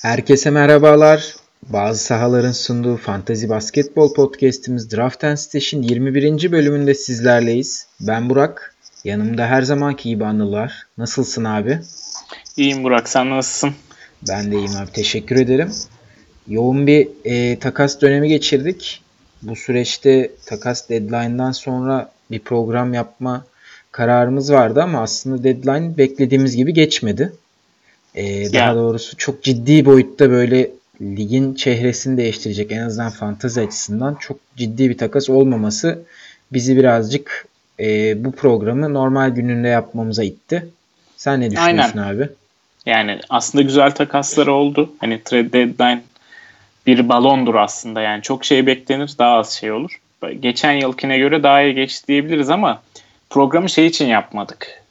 Herkese merhabalar. Bazı sahaların sunduğu Fantasy Basketbol Podcast'imiz Draft and Stash'in 21. bölümünde sizlerleyiz. Ben Burak. Yanımda her zamanki gibi Anıl var. Nasılsın abi? İyiyim Burak, sen nasılsın? Ben de iyiyim abi. Teşekkür ederim. Yoğun bir takas dönemi geçirdik. Bu süreçte takas deadline'dan sonra bir program yapma kararımız vardı ama aslında deadline beklediğimiz gibi geçmedi. Daha doğrusu çok ciddi boyutta böyle ligin çehresini değiştirecek, en azından fantezi açısından çok ciddi bir takas olmaması bizi birazcık bu programı normal gününde yapmamıza itti. Sen ne düşünüyorsun abi? Yani aslında güzel takaslar oldu. Hani trade deadline bir balondur aslında. Yani çok şey beklenir, daha az şey olur. Geçen yılkine göre daha iyi geçti diyebiliriz ama programı şey için yapmadık.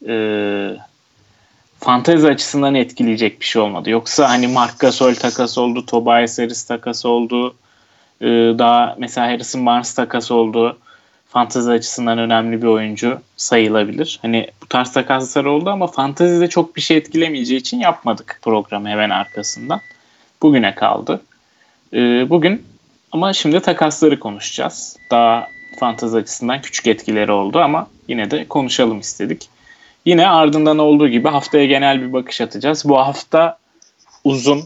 Fantezi açısından etkileyecek bir şey olmadı. Yoksa hani Marc Gasol takası oldu, Tobias Harris takası oldu. Daha mesela Harrison Barnes takası oldu. Fantezi açısından önemli bir oyuncu sayılabilir. Hani bu tarz takaslar oldu ama fantezide çok bir şey etkilemeyeceği için yapmadık programı hemen arkasından. Bugüne kaldı. Bugün ama şimdi takasları konuşacağız. Daha fantezi açısından küçük etkileri oldu ama yine de konuşalım istedik. Yine ardından olduğu gibi haftaya genel bir bakış atacağız. Bu hafta uzun,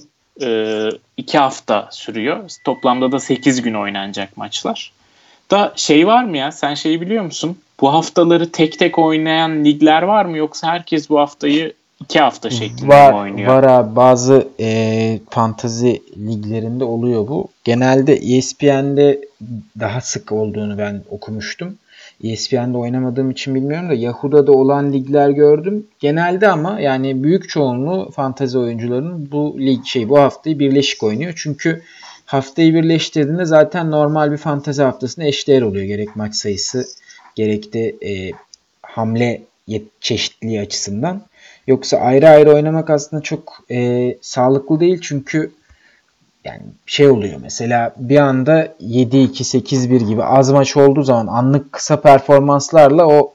2 hafta sürüyor. Toplamda da 8 gün oynanacak maçlar. Da şey var mı ya, sen şeyi biliyor musun? Bu haftaları tek tek oynayan ligler var mı, yoksa herkes bu haftayı 2 hafta şeklinde mi oynuyor? Var abi, bazı fantazi liglerinde oluyor bu. Genelde ESPN'de daha sık olduğunu ben okumuştum. ESPN'de oynamadığım için bilmiyorum da Yahoo'da da olan ligler gördüm. Genelde ama yani büyük çoğunluğu fantazi oyuncularının bu haftayı birleşik oynuyor. Çünkü haftayı birleştirdiğinde zaten normal bir fantazi haftasına eşdeğer oluyor. Gerek maç sayısı gerek de hamle çeşitliliği açısından. Yoksa ayrı ayrı oynamak aslında çok sağlıklı değil, çünkü yani şey oluyor mesela, bir anda 7-2, 8-1 gibi az maç olduğu zaman anlık kısa performanslarla o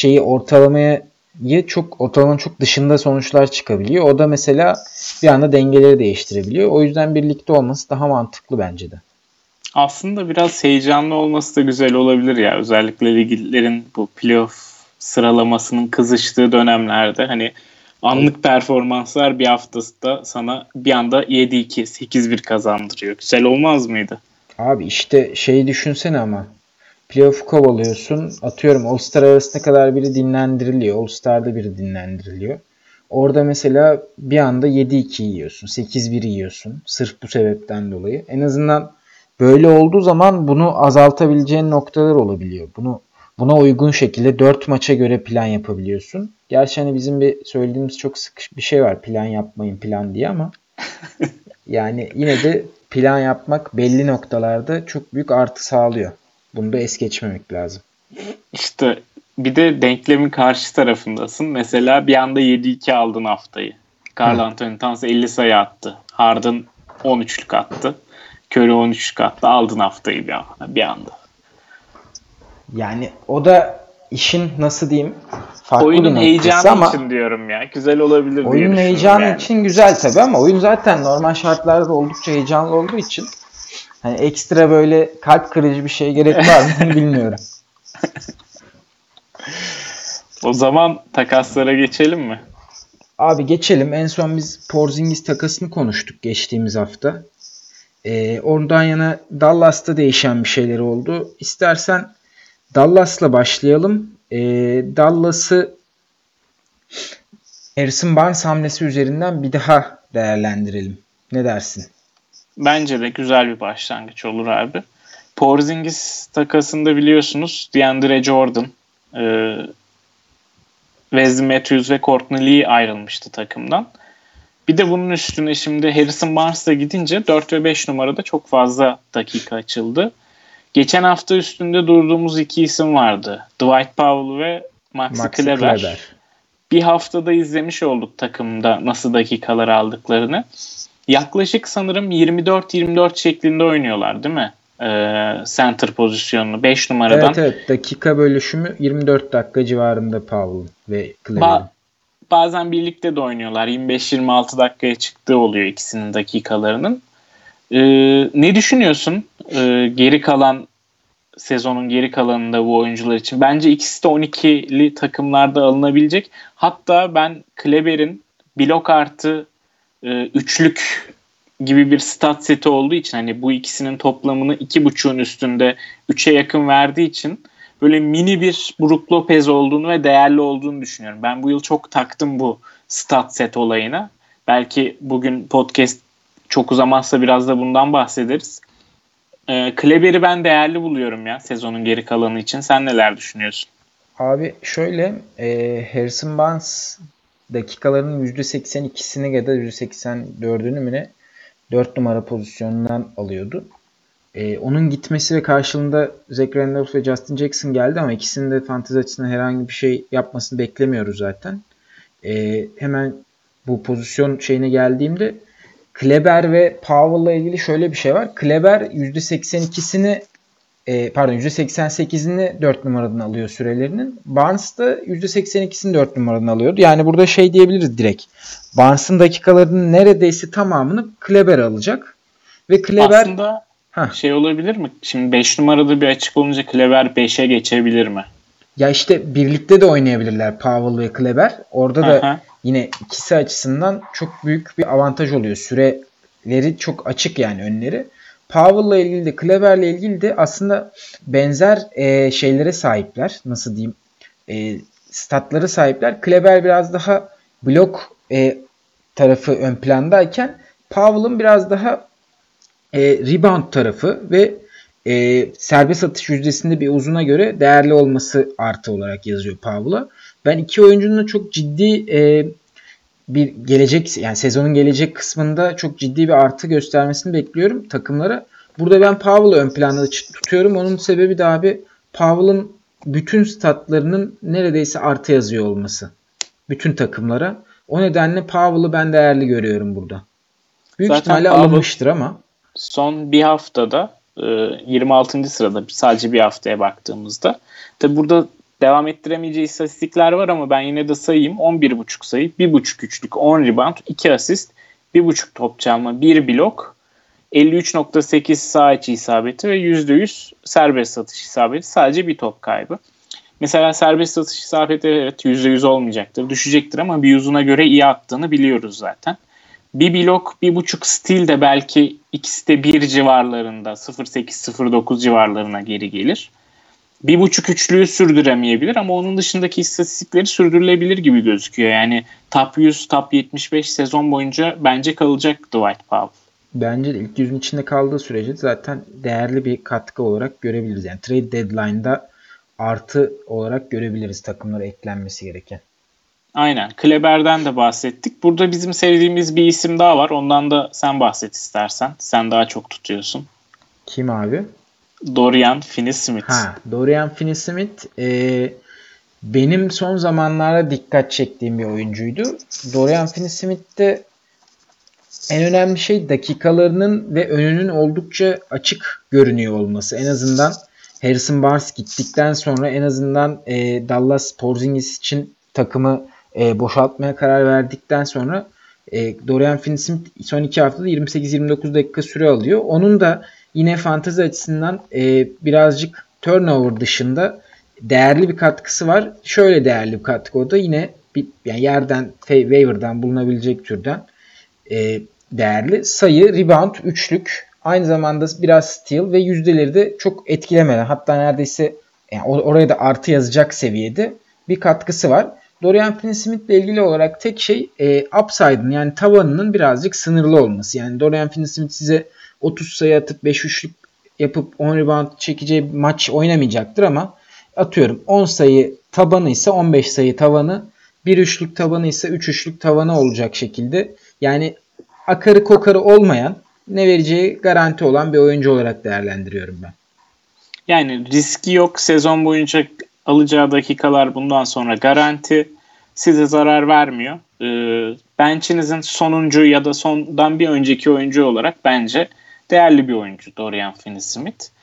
ortalamanın çok dışında sonuçlar çıkabiliyor. O da mesela bir anda dengeleri değiştirebiliyor. O yüzden birlikte olması daha mantıklı bence de. Aslında biraz heyecanlı olması da güzel olabilir ya. Özellikle liglerin bu playoff sıralamasının kızıştığı dönemlerde hani anlık performanslar bir haftasında sana bir anda 7-2, 8-1 kazandırıyor. Güzel olmaz mıydı? Abi işte şeyi düşünsene ama. Playoff'u kovalıyorsun. Atıyorum All-Star arasına kadar biri dinlendiriliyor. All-Star'da biri dinlendiriliyor. Orada mesela bir anda 7-2 yiyorsun. 8-1 yiyorsun. Sırf bu sebepten dolayı. En azından böyle olduğu zaman bunu azaltabileceğin noktalar olabiliyor. Buna uygun şekilde 4 maça göre plan yapabiliyorsun. Gerçi hani bizim bir söylediğimiz çok sık bir şey var. Plan yapmayın plan diye ama yani yine de plan yapmak belli noktalarda çok büyük artı sağlıyor. Bunu da es geçmemek lazım. İşte bir de denklemin karşı tarafındasın. Mesela bir anda 7-2 aldın haftayı. Karl Anthony Towns 50 sayı attı. Harden 13'lük attı. Curry 13'lük attı. Aldın haftayı bir anda. Yani o da işin nasıl diyeyim farklı Oyunun bir noktası ama için diyorum ya. Güzel olabilir diye oyunun düşündüm heyecanı yani. için güzel tabii, ama oyun zaten normal şartlarda oldukça heyecanlı olduğu için hani ekstra böyle kalp kırıcı bir şeye gerek var mı bilmiyorum. O zaman takaslara geçelim mi? Abi geçelim. En son biz Porzingis takasını konuştuk geçtiğimiz hafta. Oradan yana Dallas'ta değişen bir şeyler oldu. İstersen Dallas'la başlayalım. Dallas'ı Harrison Barnes hamlesi üzerinden bir daha değerlendirelim. Ne dersin? Bence de güzel bir başlangıç olur abi. Porzingis takasında biliyorsunuz DeAndre Jordan, Wesley Matthews ve Courtney Lee ayrılmıştı takımdan. Bir de bunun üstüne şimdi Harrison Barnes'la gidince 4 ve 5 numarada çok fazla dakika açıldı. Geçen hafta üstünde durduğumuz iki isim vardı. Dwight Powell ve Maxi Kleber. Bir haftada izlemiş olduk takımda nasıl dakikalar aldıklarını. Yaklaşık sanırım 24-24 şeklinde oynuyorlar değil mi? Center pozisyonunu 5 numaradan. Evet, dakika bölüşümü 24 dakika civarında Powell ve Kleber'in. bazen birlikte de oynuyorlar. 25-26 dakikaya çıktığı oluyor ikisinin dakikalarının. Ne düşünüyorsun geri kalan sezonun geri kalanında bu oyuncular için? Bence ikisi de 12'li takımlarda alınabilecek. Hatta ben Kleber'in blok artı üçlük gibi bir stat seti olduğu için, hani bu ikisinin toplamını 2.5'un üstünde 3'e yakın verdiği için böyle mini bir Brook Lopez olduğunu ve değerli olduğunu düşünüyorum. Ben bu yıl çok taktım bu stat set olayına. Belki bugün podcast çok uzamazsa biraz da bundan bahsederiz. Kleber'i ben değerli buluyorum ya sezonun geri kalanı için. Sen neler düşünüyorsun? Abi şöyle, Harrison Barnes dakikalarının %82'sini ya da %84'ünü mü ne 4 numara pozisyonundan alıyordu. Onun gitmesi ve karşılığında Zach Randolph ve Justin Jackson geldi ama ikisinin de fantezi açısından herhangi bir şey yapmasını beklemiyoruz zaten. Hemen bu pozisyon şeyine geldiğimde Kleber ve Powell'la ilgili şöyle bir şey var. Kleber %82'sini %88'ini 4 numaradan alıyor sürelerinin. Barnes da %82'sini 4 numaradan alıyordu. Yani burada şey diyebiliriz direkt. Barnes'ın dakikalarının neredeyse tamamını Kleber alacak. Ve Kleber aslında şey olabilir mi? Şimdi 5 numarada bir açık olunca Kleber 5'e geçebilir mi? Ya işte birlikte de oynayabilirler Powell ve Kleber. Orada da yine ikisi açısından çok büyük bir avantaj oluyor. Süreleri çok açık yani önleri. Powell'la ilgili de Kleber'le ilgili de aslında benzer şeylere sahipler. Nasıl diyeyim? Statları sahipler. Kleber biraz daha blok tarafı ön plandayken Powell'ın biraz daha rebound tarafı ve serbest atış yüzdesinde bir uzuna göre değerli olması artı olarak yazıyor Powell'a. Ben iki oyuncunun da çok ciddi bir gelecek, yani sezonun gelecek kısmında çok ciddi bir artı göstermesini bekliyorum takımlara. Burada ben Powell'ı ön planda tutuyorum. Onun sebebi de abi Powell'ın bütün statlarının neredeyse artı yazıyor olması. Bütün takımlara. O nedenle Powell'ı ben değerli görüyorum burada. Büyük zaten ihtimalle Powell alınmıştır ama. Son bir haftada 26. sırada sadece bir haftaya baktığımızda. Tabi burada devam ettiremeyeceği istatistikler var ama ben yine de sayayım. 11.5 sayı, 1.5 üçlük, 10 rebound, 2 asist, 1.5 top çalma, 1 blok, 53.8 sağ içi isabeti ve %100 serbest atış isabeti. Sadece bir top kaybı. Mesela serbest atış isabeti evet %100 olmayacaktır, düşecektir ama bir uzuna göre iyi attığını biliyoruz zaten. Bir blok, 1.5 stil de belki ikisi de 1 civarlarında, 0.8-0.9 civarlarına geri gelir. 1.5 üçlüyü sürdüremeyebilir ama onun dışındaki istatistikleri sürdürülebilir gibi gözüküyor. Yani top 100, top 75 sezon boyunca bence kalacak Dwight Powell. Bence de ilk yüzün içinde kaldığı sürece zaten değerli bir katkı olarak görebiliriz. Yani trade deadline'da artı olarak görebiliriz takımlara eklenmesi gereken. Aynen. Kleber'den de bahsettik. Burada bizim sevdiğimiz bir isim daha var. Ondan da sen bahset istersen. Sen daha çok tutuyorsun. Kim abi? Dorian Finney-Smith. Dorian Finney-Smith benim son zamanlarda dikkat çektiğim bir oyuncuydu. Dorian Finney-Smith'te en önemli şey dakikalarının ve önünün oldukça açık görünüyor olması. En azından Harrison Barnes gittikten sonra en azından Dallas Porzingis için takımı boşaltmaya karar verdikten sonra Dorian Finney-Smith son 2 haftada 28-29 dakika süre alıyor. Onun da yine fantezi açısından birazcık turnover dışında değerli bir katkısı var. Şöyle değerli bir katkı o da yine yani yerden waiver'dan bulunabilecek türden değerli. Sayı, rebound, üçlük, aynı zamanda biraz steal ve yüzdeleri de çok etkilemeden, hatta neredeyse yani oraya da artı yazacak seviyede bir katkısı var. Dorian Finney-Smith ile ilgili olarak tek şey upside'ın yani tavanının birazcık sınırlı olması. Yani Dorian Finney-Smith size 30 sayı atıp 5 üçlük yapıp 10 rebound çekeceği maç oynamayacaktır ama atıyorum 10 sayı tabanı ise 15 sayı tavanı, 1 üçlük tabanı ise 3 üçlük tavanı olacak şekilde. Yani akarı kokarı olmayan, ne vereceği garanti olan bir oyuncu olarak değerlendiriyorum ben. Yani riski yok. Sezon boyunca alacağı dakikalar bundan sonra garanti. Size zarar vermiyor. Bench'inizin sonuncu ya da sondan bir önceki oyuncu olarak bence değerli bir oyuncu Dorian Finney-Smith.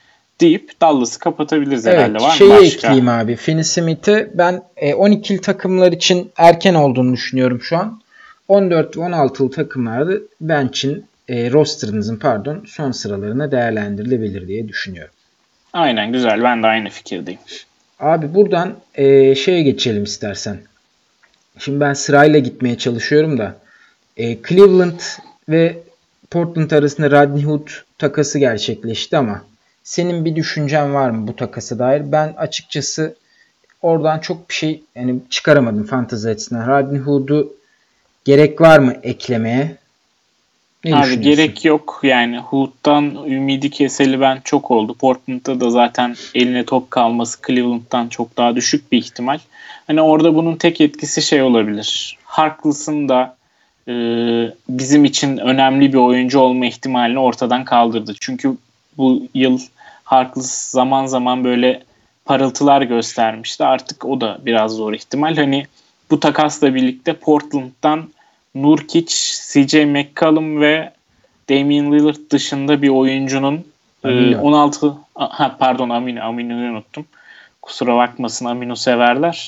deyip Dallas'ı kapatabiliriz Evet, herhalde. Var mı şeyi başka? ekleyeyim abi. Finney Smith'i ben 12'li takımlar için erken olduğunu düşünüyorum şu an. 14 ve 16'lı takımlarda bench'in roster'ınızın son sıralarına değerlendirilebilir diye düşünüyorum. Aynen, güzel. Ben de aynı fikirdeyim. Abi buradan şeye geçelim istersen. Şimdi ben sırayla gitmeye çalışıyorum da Cleveland ve Portland arasında Rodney Hood takası gerçekleşti ama senin bir düşüncen var mı bu takasa dair? Ben açıkçası oradan çok bir şey yani çıkaramadım fantezi açısından. Rodney Hood'u gerek var mı eklemeye? Ne Abi düşünüyorsun? gerek yok. Yani Hood'dan ümidi keseli ben çok oldu. Portland'da da zaten eline top kalması Cleveland'dan çok daha düşük bir ihtimal. Hani orada bunun tek etkisi şey olabilir. Harkless'ın da bizim için önemli bir oyuncu olma ihtimalini ortadan kaldırdı. Çünkü bu yıl Harkless zaman zaman böyle parıltılar göstermişti. Artık o da biraz zor ihtimal. Hani bu takasla birlikte Portland'dan Nurkic, CJ McCollum ve Damian Lillard dışında bir oyuncunun Amino. 16 pardon Amino'yu unuttum. Kusura bakmasın, Amino severler.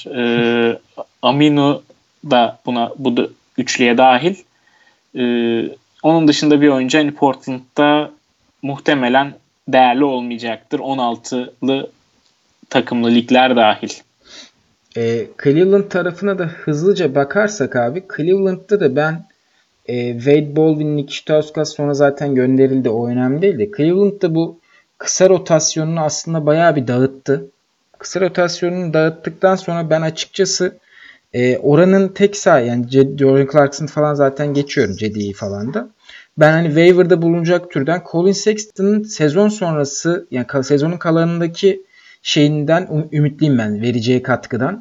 Amino da bu da üçlüye dahil. Onun dışında bir oyuncu hani Portland'da muhtemelen değerli olmayacaktır. 16'lı takımlı ligler dahil. Cleveland tarafına da hızlıca bakarsak abi Cleveland'da da ben Wade Baldwin, Nick Stauskas sonra zaten gönderildi. O önemli değil de Cleveland'da bu kısa rotasyonunu aslında bayağı bir dağıttı. Kısa rotasyonunu dağıttıktan sonra ben açıkçası oranın tek yani Jordan Clarkson falan zaten geçiyorum. Cedi'yi falan da. Ben hani waiver'da bulunacak türden Colin Sexton'ın sezon sonrası yani sezonun kalanındaki şeyinden ümitliyim ben. Vereceği katkıdan.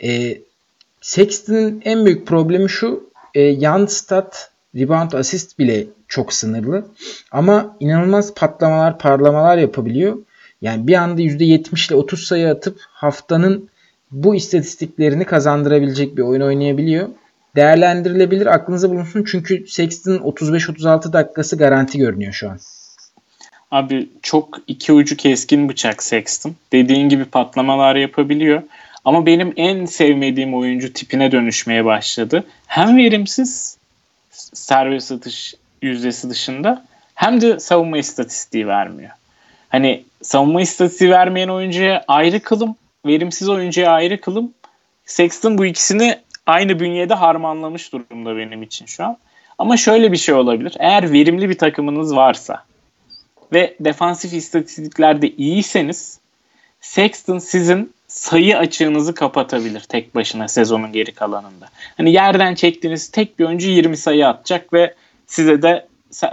Sexton'ın en büyük problemi şu. Yan stat, rebound, asist bile çok sınırlı. Ama inanılmaz patlamalar, parlamalar yapabiliyor. Yani bir anda %70 ile 30 sayı atıp haftanın bu istatistiklerini kazandırabilecek bir oyun oynayabiliyor. Değerlendirilebilir. Aklınıza bulunsun. Çünkü Sexton'ın 35-36 dakikası garanti görünüyor şu an. Abi çok iki ucu keskin bıçak Sexton. Dediğin gibi patlamalar yapabiliyor. Ama benim en sevmediğim oyuncu tipine dönüşmeye başladı. Hem verimsiz serbest atış yüzdesi dışında hem de savunma istatistiği vermiyor. Hani savunma istatistiği vermeyen oyuncuya ayrı kılım, verimsiz oyuncuya ayrı kılım. Sexton bu ikisini aynı bünyede harmanlamış durumda benim için şu an. Ama şöyle bir şey olabilir. Eğer verimli bir takımınız varsa ve defansif istatistiklerde iyiyseniz Sexton sizin sayı açığınızı kapatabilir tek başına sezonun geri kalanında. Hani yerden çektiğiniz tek bir oyuncu 20 sayı atacak ve size de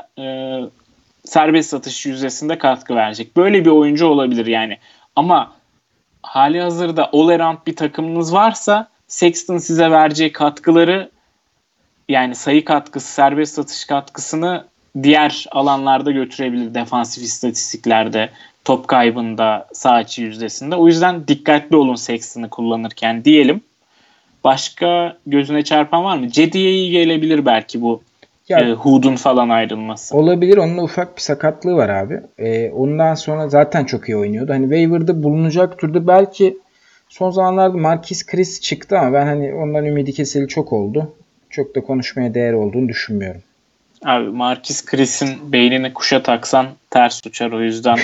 serbest atış yüzdesinde katkı verecek. Böyle bir oyuncu olabilir yani. Ama hali hazırda all around bir takımınız varsa Sexton size vereceği katkıları, yani sayı katkısı, serbest atış katkısını diğer alanlarda götürebilir. Defansif istatistiklerde, top kaybında, sağ içi yüzdesinde. O yüzden dikkatli olun Sexton'ı kullanırken diyelim. Başka gözüne çarpan var mı? Cedi'ye iyi gelebilir belki bu Ya Hood'un falan ayrılması. olabilir. Onun ufak bir sakatlığı var abi. Ondan sonra zaten çok iyi oynuyordu. Hani waiver'da bulunacak türde belki son zamanlarda Marquise Chris çıktı ama ben hani ondan ümidi keseli çok oldu. Çok da konuşmaya değer olduğunu düşünmüyorum. Abi Marquise Chris'in beynini kuşa taksan ters uçar, o yüzden.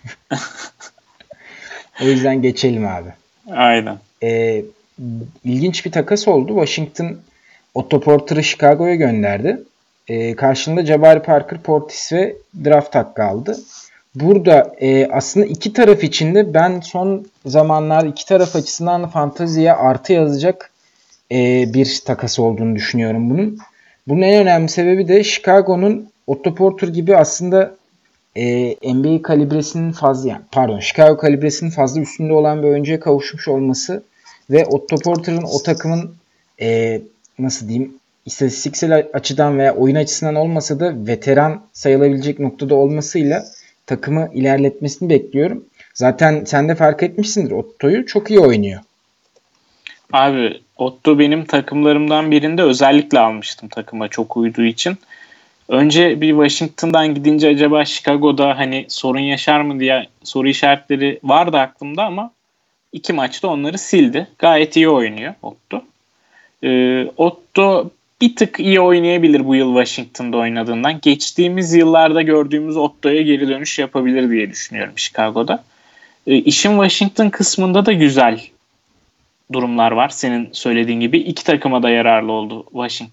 O yüzden geçelim abi. Aynen. İlginç bir takas oldu. Washington Otto Porter'ı Chicago'ya gönderdi. Karşılığında Jabari Parker, Portis ve draft hakkı aldı. Burada aslında iki taraf için de ben son zamanlarda iki taraf açısından da fanteziye artı yazacak bir takas olduğunu düşünüyorum bunun. Bunun en önemli sebebi de Chicago'nun Otto Porter gibi aslında NBA kalibresinin Chicago kalibresinin fazla üstünde olan bir oyuncuya kavuşmuş olması ve Otto Porter'ın o takımın nasıl diyeyim istatistiksel açıdan veya oyun açısından olmasa da veteran sayılabilecek noktada olmasıyla takımı ilerletmesini bekliyorum. Zaten sen de fark etmişsindir, Otto'yu çok iyi oynuyor. Abi Otto benim takımlarımdan birinde özellikle almıştım, takıma çok uyduğu için. Önce bir Washington'dan gidince acaba Chicago'da hani sorun yaşar mı diye soru işaretleri vardı aklımda ama 2 maçta onları sildi. Gayet iyi oynuyor Otto. Otto bir tık iyi oynayabilir bu yıl Washington'da oynadığından. Geçtiğimiz yıllarda gördüğümüz Otto'ya geri dönüş yapabilir diye düşünüyorum Chicago'da. İşin Washington kısmında da güzel durumlar var. Senin söylediğin gibi iki takıma da yararlı oldu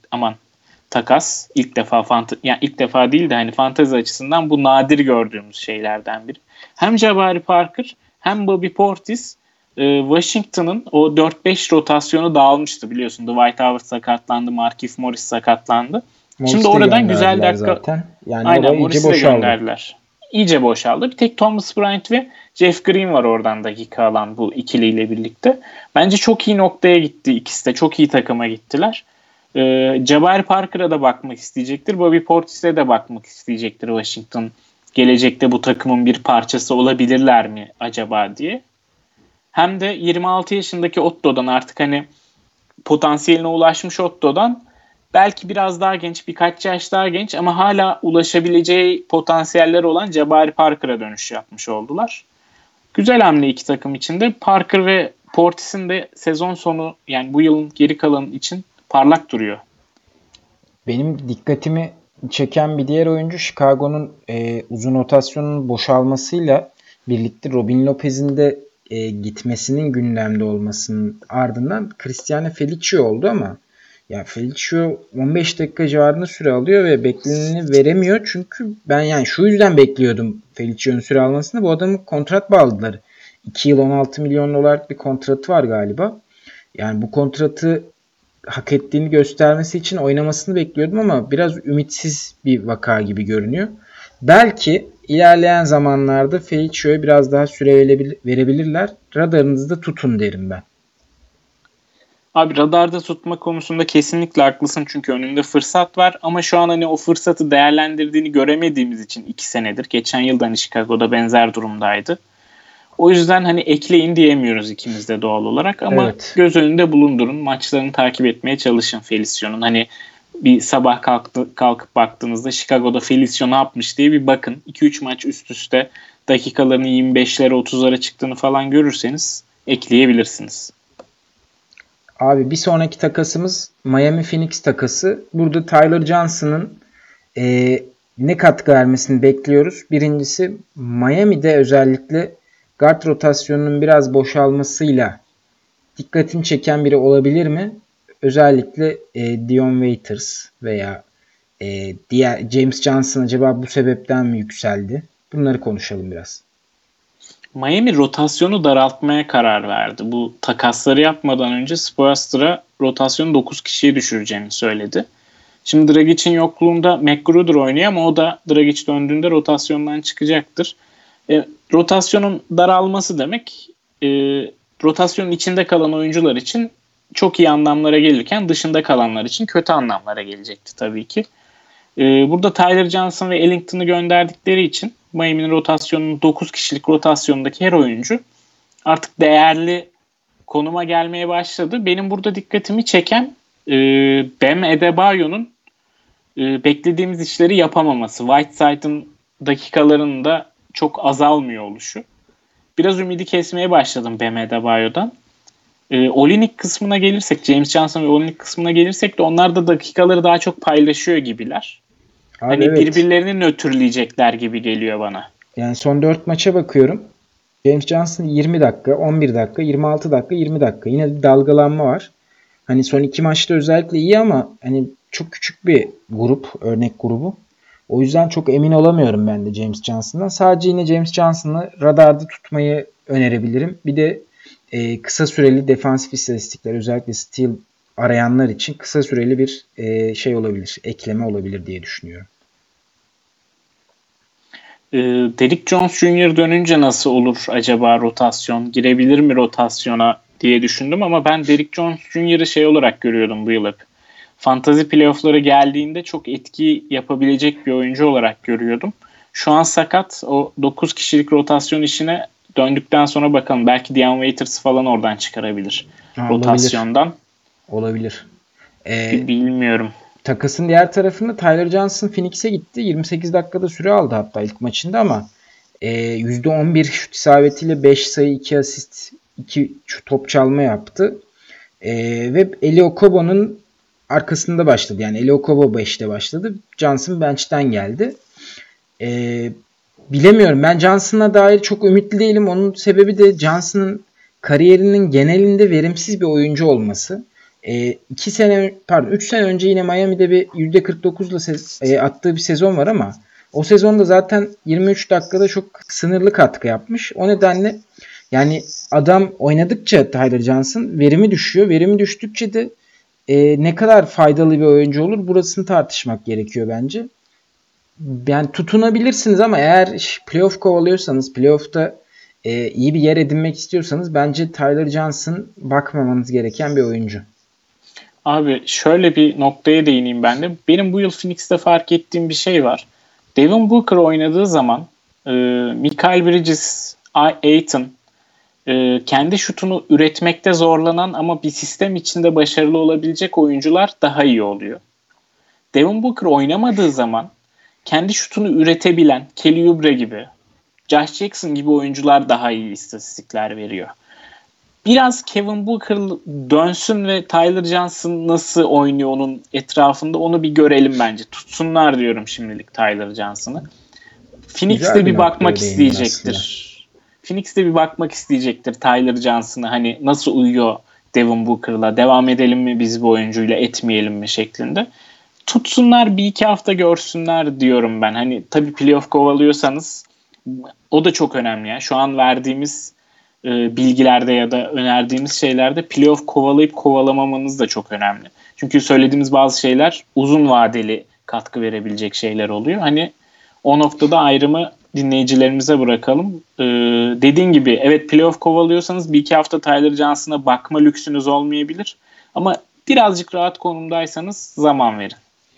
takas. İlk defa yani ilk defa değil de hani fantezi açısından bu nadir gördüğümüz şeylerden biri. Hem Jabari Parker hem Bobby Portis Washington'ın o 4-5 rotasyonu dağılmıştı biliyorsun. Dwight Howard sakatlandı, Markieff Morris sakatlandı. Morris'i Şimdi de oradan güzel gönderdiler dakika. zaten. Yani Aynen orayı iyice Morris'i de boşaldı. gönderdiler. İyice boşaldı. Bir tek Thomas Bryant ve Jeff Green var oradan dakika alan bu ikiliyle birlikte. Bence çok iyi noktaya gitti ikisi de. Çok iyi takıma gittiler. Jabari Parker'a da bakmak isteyecektir. Bobby Portis'e de bakmak isteyecektir Washington. Gelecekte bu takımın bir parçası olabilirler mi acaba diye. Hem de 26 yaşındaki Otto'dan artık hani potansiyeline ulaşmış Otto'dan belki biraz daha genç, birkaç yaş daha genç ama hala ulaşabileceği potansiyelleri olan Jabari Parker'a dönüş yapmış oldular. Güzel hamle iki takım içinde. Parker ve Portis'in de sezon sonu yani bu yılın geri kalanı için parlak duruyor. Benim dikkatimi çeken bir diğer oyuncu Chicago'nun uzun rotasyonun boşalmasıyla birlikte Robin Lopez'in de gitmesinin gündemde olmasının ardından Cristiano Felicio oldu ama ya Felicio 15 dakika civarında süre alıyor ve bekleneni veremiyor. Çünkü ben yani şu yüzden bekliyordum Felicio'nun süre almasını. Bu adamın kontrat bağladılar. 2 yıl 16 milyon dolarlık bir kontratı var galiba. Yani bu kontratı hak ettiğini göstermesi için oynamasını bekliyordum ama biraz ümitsiz bir vaka gibi görünüyor. Belki ilerleyen zamanlarda Felicio'ya biraz daha süre verebilirler. Radarınızda tutun derim ben. Abi radarda tutma konusunda kesinlikle haklısın çünkü önünde fırsat var ama şu an hani o fırsatı değerlendirdiğini göremediğimiz için 2 senedir. Geçen yılda hani Chicago'da benzer durumdaydı. O yüzden hani ekleyin diyemiyoruz ikimiz de doğal olarak ama Evet. göz önünde bulundurun. Maçlarını takip etmeye çalışın Felicio'nun. Hani bir sabah kalkıp baktığınızda Chicago'da Felicio ne yapmış diye bir bakın. 2-3 maç üst üste dakikalarını 25'lere 30'lara çıktığını falan görürseniz ekleyebilirsiniz. Abi bir sonraki takasımız Miami Phoenix takası. Burada Tyler Johnson'ın ne katkı vermesini bekliyoruz. Birincisi Miami'de özellikle guard rotasyonunun biraz boşalmasıyla dikkatini çeken biri olabilir mi? Özellikle Dion Waiters veya diğer James Johnson acaba bu sebepten mi yükseldi? Bunları konuşalım biraz. Miami rotasyonu daraltmaya karar verdi. Bu takasları yapmadan önce Spoelstra'ya rotasyonu 9 kişiye düşüreceğini söyledi. Şimdi Dragic'in yokluğunda McGruder oynuyor ama o da Dragic döndüğünde rotasyondan çıkacaktır. Rotasyonun daralması demek rotasyonun içinde kalan oyuncular için çok iyi anlamlara gelirken dışında kalanlar için kötü anlamlara gelecekti tabii ki. Burada Tyler Johnson ve Ellington'ı gönderdikleri için Miami'nin rotasyonunun 9 kişilik rotasyonundaki her oyuncu artık değerli konuma gelmeye başladı. Benim burada dikkatimi çeken Bam Adebayo'nun beklediğimiz işleri yapamaması. Whiteside'ın dakikalarında çok azalmıyor oluşu. Biraz ümidi kesmeye başladım Bam Adebayo'dan. Olynyk kısmına gelirsek, James Johnson ve Olynyk kısmına gelirsek de onlar da dakikaları daha çok paylaşıyor gibiler. Abi Hani evet. birbirlerini nötrleyecekler gibi geliyor bana. Yani son 4 maça bakıyorum. James Johnson 20 dakika, 11 dakika, 26 dakika, 20 dakika. Yine bir dalgalanma var. Hani son 2 maçta özellikle iyi ama hani çok küçük bir grup, örnek grubu. O yüzden çok emin olamıyorum ben de James Johnson'dan. Sadece yine James Johnson'ı radarda tutmayı önerebilirim. Bir de kısa süreli defansif istatistikler, özellikle steal arayanlar için kısa süreli bir şey olabilir, ekleme olabilir diye düşünüyorum. Derrick Jones Jr. dönünce nasıl olur acaba rotasyon? Girebilir mi rotasyona diye düşündüm ama ben Derrick Jones Jr.'ı şey olarak görüyordum bu yıl hep. Fantasy playoff'ları geldiğinde çok etki yapabilecek bir oyuncu olarak görüyordum. Şu an sakat. O 9 kişilik rotasyon işine döndükten sonra bakalım. Belki Dion Waiters falan oradan çıkarabilir rotasyondan. Olabilir. Bilmiyorum. takasın diğer tarafında Tyler Johnson Phoenix'e gitti. 28 dakikada süre aldı hatta ilk maçında ama %11 şut isabetiyle 5 sayı 2 asist 2 top çalma yaptı. Ve Eli Okobo'nun arkasında başladı. Yani Eli Okobo 5'te başladı. Johnson bench'ten geldi. Bilemiyorum. Ben Johnson'a dair çok ümitli değilim. Onun sebebi de Johnson'ın kariyerinin genelinde verimsiz bir oyuncu olması. 3 sene önce yine Miami'de bir %49'la attığı bir sezon var ama o sezonda zaten 23 dakikada çok sınırlı katkı yapmış. O nedenle yani adam oynadıkça Tyler Johnson verimi düşüyor. Verimi düştükçe de ne kadar faydalı bir oyuncu olur burasını tartışmak gerekiyor bence. Yani tutunabilirsiniz ama eğer playoff kovalıyorsanız, playoff'ta iyi bir yer edinmek istiyorsanız bence Tyler Johnson bakmamanız gereken bir oyuncu. Abi şöyle bir noktaya değineyim ben de. Benim bu yıl Phoenix'te fark ettiğim bir şey var. Devin Booker oynadığı zaman Mikal Bridges, Ayton kendi şutunu üretmekte zorlanan ama bir sistem içinde başarılı olabilecek oyuncular daha iyi oluyor. Devin Booker oynamadığı zaman kendi şutunu üretebilen Kelly Oubre gibi, Josh Jackson gibi oyuncular daha iyi istatistikler veriyor. Biraz Kevin Booker dönsün ve Tyler Johnson nasıl oynuyor onun etrafında onu bir görelim bence. Tutsunlar diyorum şimdilik Tyler Johnson'ı. Phoenix'te bir bakmak isteyecektir. Phoenix'te bir bakmak isteyecektir Tyler Johnson'a, hani nasıl uyuyor Devin Booker'la, devam edelim mi biz bu oyuncuyla, etmeyelim mi şeklinde. Tutsunlar, bir iki hafta görsünler diyorum ben. Hani tabii playoff kovalıyorsanız o da çok önemli. Yani şu an verdiğimiz bilgilerde ya da önerdiğimiz şeylerde playoff kovalayıp kovalamamanız da çok önemli. Çünkü söylediğimiz bazı şeyler uzun vadeli katkı verebilecek şeyler oluyor. Hani o noktada ayrımı dinleyicilerimize bırakalım. Dediğin gibi evet, playoff kovalıyorsanız bir iki hafta Tyler Johnson'a bakma lüksünüz olmayabilir. Ama birazcık rahat konumdaysanız zaman verin.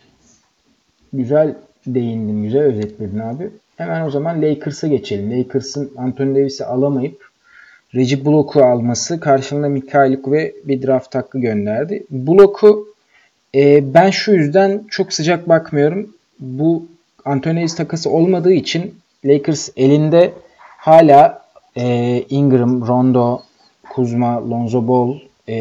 Güzel değindin, güzel özetledin abi. Hemen o zaman Lakers'a geçelim. Lakers'ın Anthony Davis'i alamayıp Reggie Bullock'u alması karşılığında Mikhail ve bir draft hakkı gönderdi. Bullock'u ben şu yüzden çok sıcak bakmıyorum. Bu Anthony Davis takası olmadığı için Lakers elinde hala Ingram, Rondo, Kuzma, Lonzo Ball,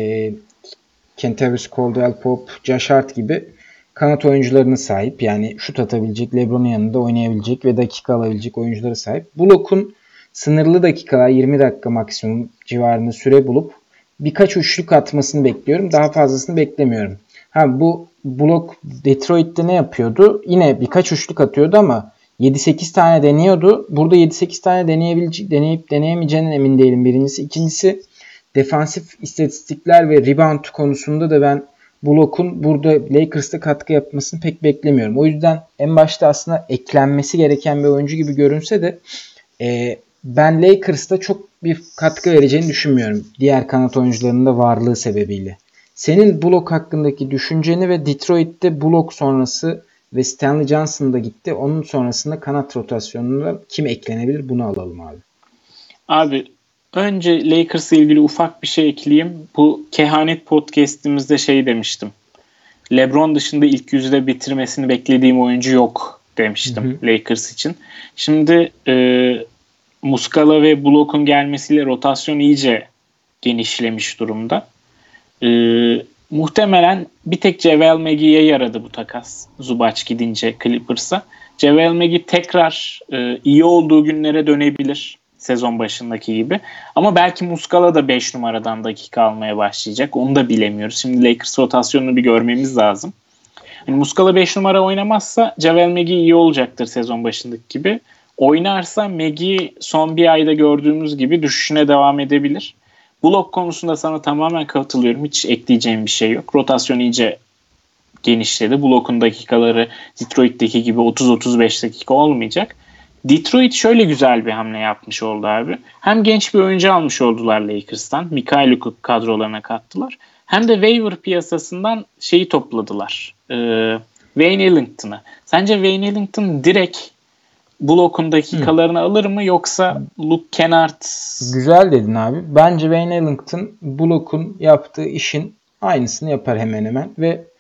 Kentavious Caldwell-Pope, Josh Hart gibi kanat oyuncularına sahip. Yani şut atabilecek, LeBron'un yanında oynayabilecek ve dakika alabilecek oyunculara sahip. Bullock'un sınırlı dakikalar, 20 dakika maksimum civarında süre bulup birkaç üçlük atmasını bekliyorum. Daha fazlasını beklemiyorum. Bu Bullock Detroit'te ne yapıyordu? Yine birkaç üçlük atıyordu ama 7-8 tane deniyordu. Burada 7-8 tane deneyip deneyemeyeceğinden emin değilim birincisi. İkincisi defansif istatistikler ve rebound konusunda da ben Bullock'un burada Lakers'ta katkı yapmasını pek beklemiyorum. O yüzden en başta aslında eklenmesi gereken bir oyuncu gibi görünse de ben Lakers'ta çok bir katkı vereceğini düşünmüyorum. Diğer kanat oyuncularının da varlığı sebebiyle. Senin Bullock hakkındaki düşünceni ve Detroit'te Bullock sonrası ve Stanley Johnson da gitti. Onun sonrasında kanat rotasyonunda kim eklenebilir, bunu alalım abi. Abi önce Lakers'la ilgili ufak bir şey ekleyeyim. Bu Kehanet podcast'imizde şey demiştim. LeBron dışında ilk yüzde bitirmesini beklediğim oyuncu yok demiştim Lakers için. Şimdi Muscala ve Bullock'un gelmesiyle rotasyon iyice genişlemiş durumda. Muhtemelen bir tek JaVale McGee'ye yaradı bu takas. Zubac gidince Clippers'a. JaVale McGee tekrar iyi olduğu günlere dönebilir sezon başındaki gibi. Ama belki Muscala da 5 numaradan dakika almaya başlayacak. Onu da bilemiyoruz. Şimdi Lakers rotasyonunu bir görmemiz lazım. Yani Muscala 5 numara oynamazsa JaVale McGee iyi olacaktır sezon başındaki gibi. Oynarsa McGee son bir ayda gördüğümüz gibi düşüşüne devam edebilir. Blok konusunda sana tamamen katılıyorum. Hiç ekleyeceğim bir şey yok. Rotasyon iyice genişledi. Blok'un dakikaları Detroit'teki gibi 30-35 dakika olmayacak. Detroit şöyle güzel bir hamle yapmış oldu abi. Hem genç bir oyuncu almış oldular Lakers'tan. Mikhail'u kadrolarına kattılar. Hem de waiver piyasasından şeyi topladılar. Wayne Ellington'ı. Sence Wayne Ellington direkt Bullock'un dakikalarını alır mı, yoksa Luke Kennard? Güzel dedin abi. Bence Wayne Ellington Bullock'un yaptığı işin aynısını yapar hemen hemen ve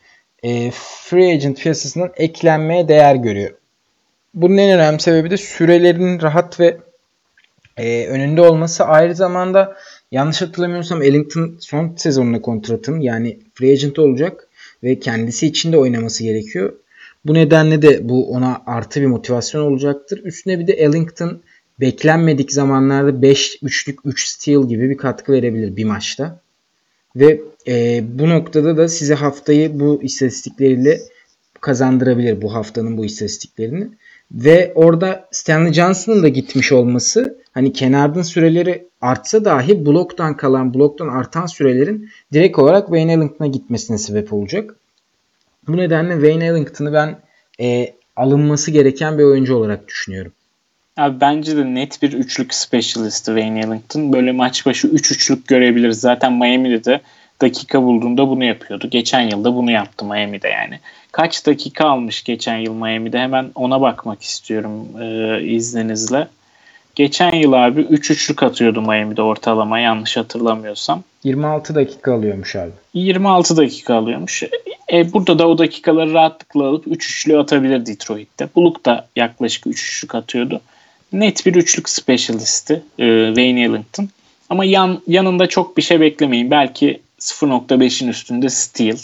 free agent piyasasından eklenmeye değer görüyor. Bunun en önemli sebebi de sürelerinin rahat ve önünde olması. Aynı zamanda yanlış hatırlamıyorsam Ellington son sezonuna kontratın, yani free agent olacak ve kendisi için de oynaması gerekiyor. Bu nedenle de bu ona artı bir motivasyon olacaktır. Üstüne bir de Ellington beklenmedik zamanlarda 5 üçlük 3 steal gibi bir katkı verebilir bir maçta. Ve bu noktada da size haftayı bu istatistikleriyle kazandırabilir, bu haftanın bu istatistiklerini. Ve orada Stanley Johnson'ın da gitmiş olması, hani kenardan süreleri artsa dahi bloktan artan sürelerin direkt olarak Wayne Ellington'a gitmesine sebep olacak. Bu nedenle Wayne Ellington'ı ben alınması gereken bir oyuncu olarak düşünüyorum. Abi bence de net bir üçlük specialist'i Wayne Ellington. Böyle maç başı 3 üçlük görebiliriz. Zaten Miami'de de dakika bulduğunda bunu yapıyordu. Geçen yılda bunu yaptı Miami'de yani. Kaç dakika almış geçen yıl Miami'de? Hemen ona bakmak istiyorum izninizle. Geçen yıl abi 3 üçlük atıyordu Miami'de ortalama, yanlış hatırlamıyorsam. 26 dakika alıyormuş abi. 26 dakika alıyormuş. Burada da o dakikaları rahatlıkla alıp 3 üçlü atabilir Detroit'te. Bullock da yaklaşık 3 üçlük atıyordu. Net bir üçlük specialist'i Wayne Ellington. Ama yanında çok bir şey beklemeyin. Belki 0.5'in üstünde steal,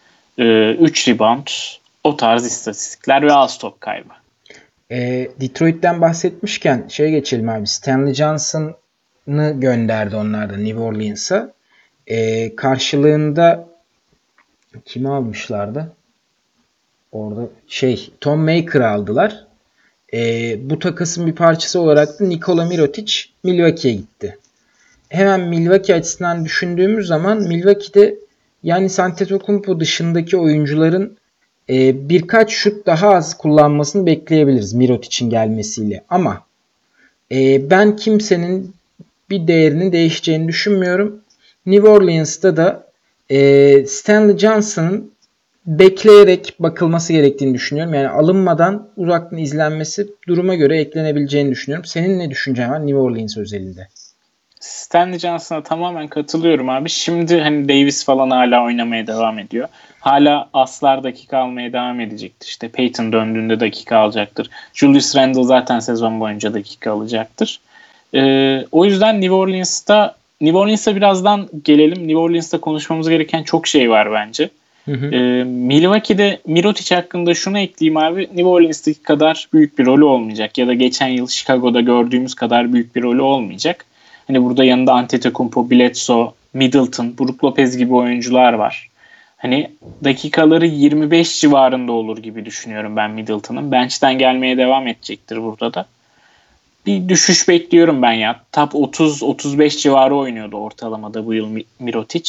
3 rebound, o tarz istatistikler ve az top kaybı. Detroit'ten bahsetmişken geçelim abi. Stanley Johnson'ı gönderdi onlar da New Orleans'a. Karşılığında kimi almışlardı? Orada Tom Maker'ı aldılar. Bu takasın bir parçası olarak da Nikola Mirotic Milwaukee'ye gitti. Hemen Milwaukee açısından düşündüğümüz zaman Milwaukee'de yani Antetokounmpo dışındaki oyuncuların birkaç şut daha az kullanmasını bekleyebiliriz Mirotic'in gelmesiyle. Ama ben kimsenin bir değerinin değişeceğini düşünmüyorum. New Orleans'ta da Stanley Johnson'ın bekleyerek bakılması gerektiğini düşünüyorum. Yani alınmadan uzaktan izlenmesi, duruma göre eklenebileceğini düşünüyorum. Senin ne düşüncen var New Orleans özelinde? Stanley Johnson'a tamamen katılıyorum abi. Şimdi hani Davis falan hala oynamaya devam ediyor. Hala aslar dakika almaya devam edecektir. İşte Peyton döndüğünde dakika alacaktır. Julius Randle zaten sezon boyunca dakika alacaktır. O yüzden New Orleans'a birazdan gelelim. New Orleans'ta konuşmamız gereken çok şey var bence. Milwaukee'de Mirotic hakkında şunu ekleyeyim abi. New Orleans'taki kadar büyük bir rolü olmayacak. Ya da geçen yıl Chicago'da gördüğümüz kadar büyük bir rolü olmayacak. Hani burada yanında Antetokounmpo, Bledsoe, Middleton, Brook Lopez gibi oyuncular var. Hani dakikaları 25 civarında olur gibi düşünüyorum ben Middleton'ın. Bench'ten gelmeye devam edecektir burada da. Bir düşüş bekliyorum ben ya. Top 30-35 civarı oynuyordu ortalamada bu yıl Mirotic.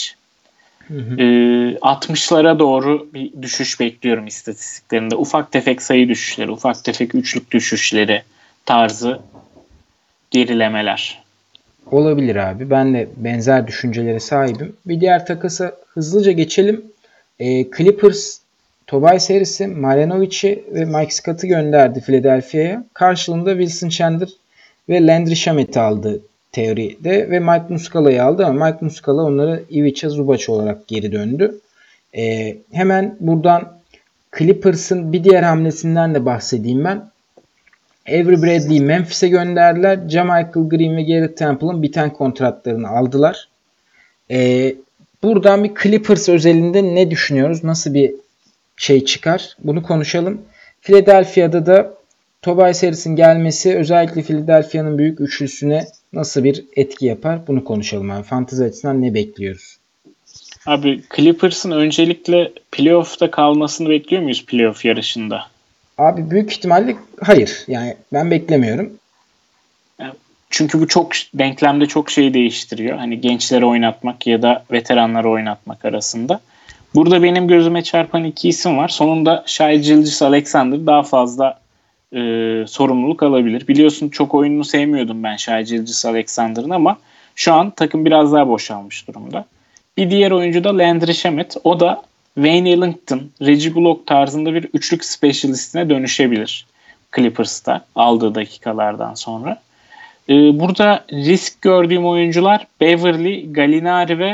60'lara doğru bir düşüş bekliyorum istatistiklerinde. Ufak tefek sayı düşüşleri, ufak tefek üçlük düşüşleri tarzı gerilemeler. Olabilir abi. Ben de benzer düşüncelere sahibim. Bir diğer takasa hızlıca geçelim. Clippers Tobias Harris'i, Marjanovic'i ve Mike Scott'ı gönderdi Philadelphia'ya. Karşılığında Wilson Chandler ve Landry Shamet'i aldı teoride ve Mike Muscala'yı aldı ama Mike Muscala onları Ivica Zubac olarak geri döndü. Hemen buradan Clippers'ın bir diğer hamlesinden de bahsedeyim ben. Avery Bradley'i Memphis'e gönderdiler. JaMychal Green ve Garrett Temple'ın biten kontratlarını aldılar. Buradan bir Clippers özelinde ne düşünüyoruz? Nasıl bir şey çıkar? Bunu konuşalım. Philadelphia'da da Tobias Harris'in gelmesi özellikle Philadelphia'nın büyük üçlüsüne nasıl bir etki yapar? Bunu konuşalım. Yani fantezi açısından ne bekliyoruz? Abi Clippers'ın öncelikle playoff'ta kalmasını bekliyor muyuz playoff yarışında? Abi büyük ihtimalle hayır. Yani ben beklemiyorum. Çünkü bu çok denklemde çok şey değiştiriyor. Hani gençleri oynatmak ya da veteranları oynatmak arasında. Burada benim gözüme çarpan iki isim var. Sonunda Shai Gilgeous-Alexander daha fazla sorumluluk alabilir. Biliyorsun çok oyununu sevmiyordum ben Shai Gilgeous-Alexander'ın ama şu an takım biraz daha boşalmış durumda. Bir diğer oyuncu da Landry Shamet. O da Wayne Ellington, Reggie Bullock tarzında bir üçlük specialistine dönüşebilir Clippers'ta aldığı dakikalardan sonra. Burada risk gördüğüm oyuncular Beverly, Gallinari ve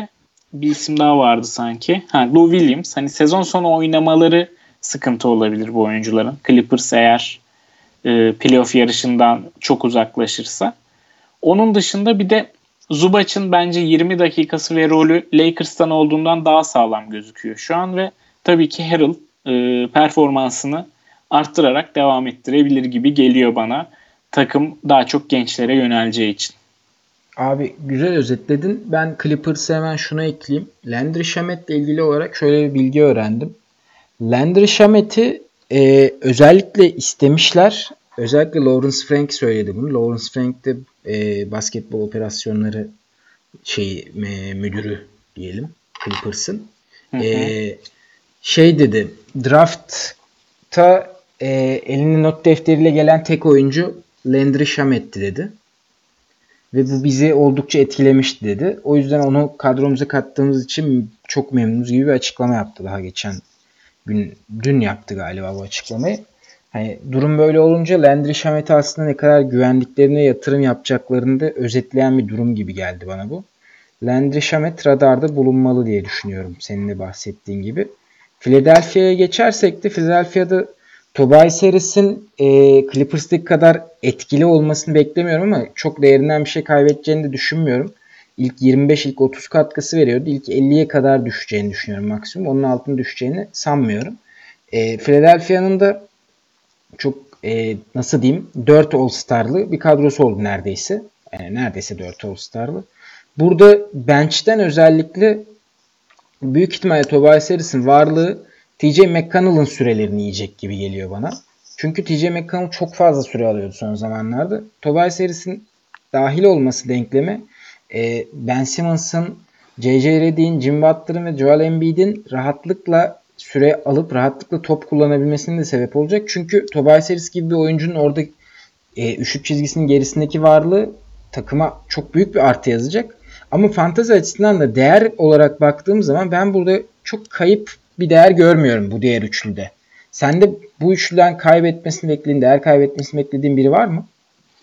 bir isim daha vardı sanki. Lou Williams. Hani sezon sonu oynamaları sıkıntı olabilir bu oyuncuların. Clippers eğer playoff yarışından çok uzaklaşırsa. Onun dışında bir de Zubac'ın bence 20 dakikası ve rolü Lakers'tan olduğundan daha sağlam gözüküyor şu an ve tabii ki Harrell performansını arttırarak devam ettirebilir gibi geliyor bana. Takım daha çok gençlere yöneleceği için. Abi güzel özetledin. Ben Clippers'a hemen şunu ekleyeyim. Landry Shamet'le ilgili olarak şöyle bir bilgi öğrendim. Landry Shamet'i özellikle istemişler. Özellikle Lawrence Frank söyledi bunu. Lawrence Frank de basketbol operasyonları müdürü diyelim Clippers'ın. Dedi, draftta elinde not defteriyle gelen tek oyuncu Landry Shamet'ti dedi. Ve bu bizi oldukça etkilemişti dedi. O yüzden onu kadromuza kattığımız için çok memnunuz gibi bir açıklama yaptı daha geçen gün. Dün yaptı galiba bu açıklamayı. Hani durum böyle olunca Landry Shamet'e aslında ne kadar güvendiklerine, yatırım yapacaklarını da özetleyen bir durum gibi geldi bana bu. Landry Shamet radarda bulunmalı diye düşünüyorum senin de bahsettiğin gibi. Philadelphia'ya geçersek de Philadelphia'da Tobias Harris'in Clippers'taki kadar etkili olmasını beklemiyorum ama çok değerinden bir şey kaybedeceğini de düşünmüyorum. İlk 25, ilk 30 katkısı veriyordu. İlk 50'ye kadar düşeceğini düşünüyorum maksimum. Onun altına düşeceğini sanmıyorum. Philadelphia'nın da çok nasıl diyeyim 4 All-Star'lı bir kadrosu oldu neredeyse. Yani neredeyse 4 All-Star'lı. Burada bench'ten özellikle büyük ihtimalle Tobias Harris'in varlığı T.J. McConnell'ın sürelerini yiyecek gibi geliyor bana. Çünkü T.J. McConnell çok fazla süre alıyordu son zamanlarda. Tobias Harris'in dahil olması denkleme Ben Simmons'ın, J.J. Redick'in, Jim Butler'ın ve Joel Embiid'in rahatlıkla süre alıp rahatlıkla top kullanabilmesine de sebep olacak. Çünkü Tobias Harris gibi bir oyuncunun orada üçlük çizgisinin gerisindeki varlığı takıma çok büyük bir artı yazacak. Ama fantezi açısından da değer olarak baktığım zaman ben burada çok kayıp bir değer görmüyorum bu diğer üçlüde. Sen de bu üçlüden değer kaybetmesini beklediğin biri var mı?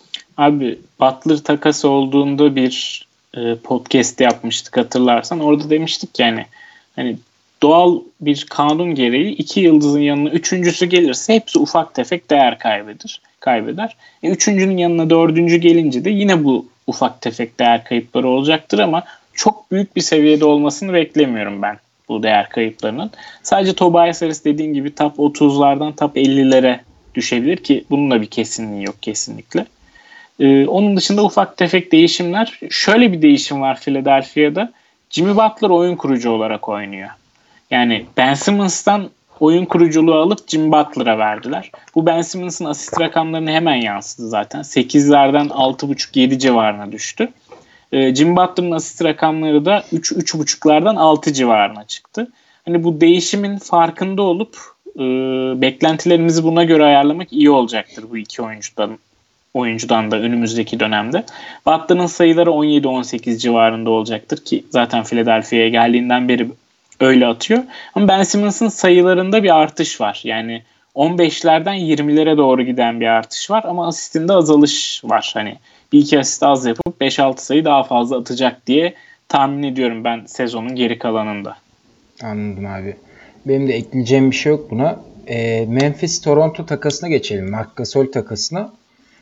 Abi Butler takası olduğunda bir podcast yapmıştık hatırlarsan. Orada demiştik yani hani doğal bir kanun gereği 2 yıldızın yanına üçüncüsü gelirse hepsi ufak tefek değer kaybeder. Üçüncünün yanına dördüncü gelince de yine bu ufak tefek değer kayıpları olacaktır ama çok büyük bir seviyede olmasını beklemiyorum ben bu değer kayıplarının. Sadece Tobias Harris dediğin gibi top 30'lardan top 50'lere düşebilir ki bunun da bir kesinliği yok kesinlikle. Onun dışında ufak tefek değişimler. Şöyle bir değişim var Philadelphia'da. Jimmy Butler oyun kurucu olarak oynuyor. Yani Ben Simmons'tan oyun kuruculuğu alıp Jimmy Butler'a verdiler. Bu Ben Simmons'ın asist rakamlarını hemen yansıdı zaten. 8'lerden 6.5-7 civarına düştü. Jimmy Butler'ın asist rakamları da 3-3.5'lardan 6 civarına çıktı. Hani bu değişimin farkında olup beklentilerimizi buna göre ayarlamak iyi olacaktır bu iki oyuncudan da önümüzdeki dönemde. Butler'ın sayıları 17-18 civarında olacaktır ki zaten Philadelphia'ya geldiğinden beri öyle atıyor. Ama Ben Simmons'ın sayılarında bir artış var. Yani 15'lerden 20'lere doğru giden bir artış var ama asistinde azalış var. Hani bir iki asist az yapıp 5-6 sayı daha fazla atacak diye tahmin ediyorum ben sezonun geri kalanında. Anladım abi. Benim de ekleyeceğim bir şey yok buna. Memphis-Toronto takasına geçelim. Marc Gasol takasına.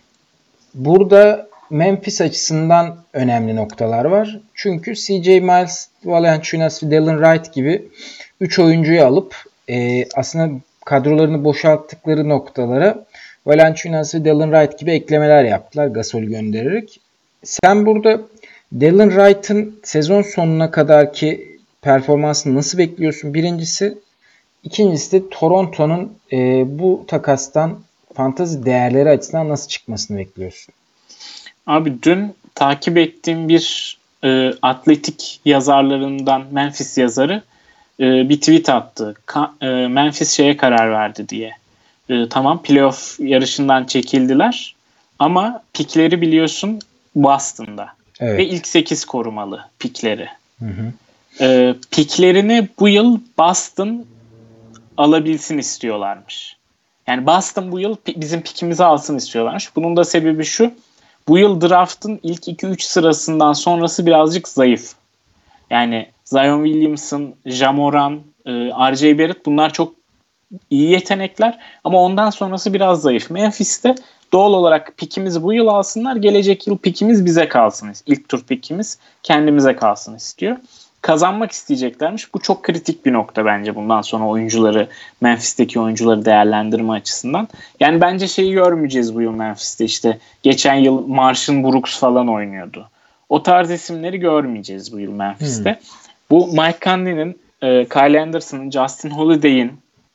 Burada Memphis açısından önemli noktalar var. Çünkü C.J. Miles, Valanciunas ve Delon Wright gibi 3 oyuncuyu alıp aslında kadrolarını boşalttıkları noktalara Valanciunas ve Delon Wright gibi eklemeler yaptılar Gasol'ü göndererek. Sen burada Delon Wright'ın sezon sonuna kadarki performansını nasıl bekliyorsun? Birincisi. İkincisi de Toronto'nun bu takastan fantazi değerleri açısından nasıl çıkmasını bekliyorsun? Abi dün takip ettiğim bir atletik yazarlarından Memphis yazarı bir tweet attı. Memphis şeye karar verdi diye. Tamam playoff yarışından çekildiler ama pikleri biliyorsun Boston'da. Evet. Ve ilk 8 korumalı pikleri. Hı hı. Piklerini bu yıl Boston alabilsin istiyorlarmış. Yani Boston bu yıl bizim pikimizi alsın istiyorlarmış. Bunun da sebebi şu. Bu yıl draft'ın ilk 2-3 sırasından sonrası birazcık zayıf. Yani Zion Williamson, Ja Morant, R.J. Barrett bunlar çok iyi yetenekler ama ondan sonrası biraz zayıf. Memphis'te doğal olarak pikimizi bu yıl alsınlar. Gelecek yıl pikimiz bize kalsın. İlk tur pikimiz kendimize kalsın istiyor. Kazanmak isteyeceklermiş. Bu çok kritik bir nokta bence bundan sonra oyuncuları, Memphis'teki oyuncuları değerlendirme açısından. Yani bence şeyi görmeyeceğiz bu yıl Memphis'te. İşte geçen yıl Marshall Brooks falan oynuyordu. O tarz isimleri görmeyeceğiz bu yıl Memphis'te. Bu Mike Conley'nin, Kyle Anderson'ın, Justin Holiday'in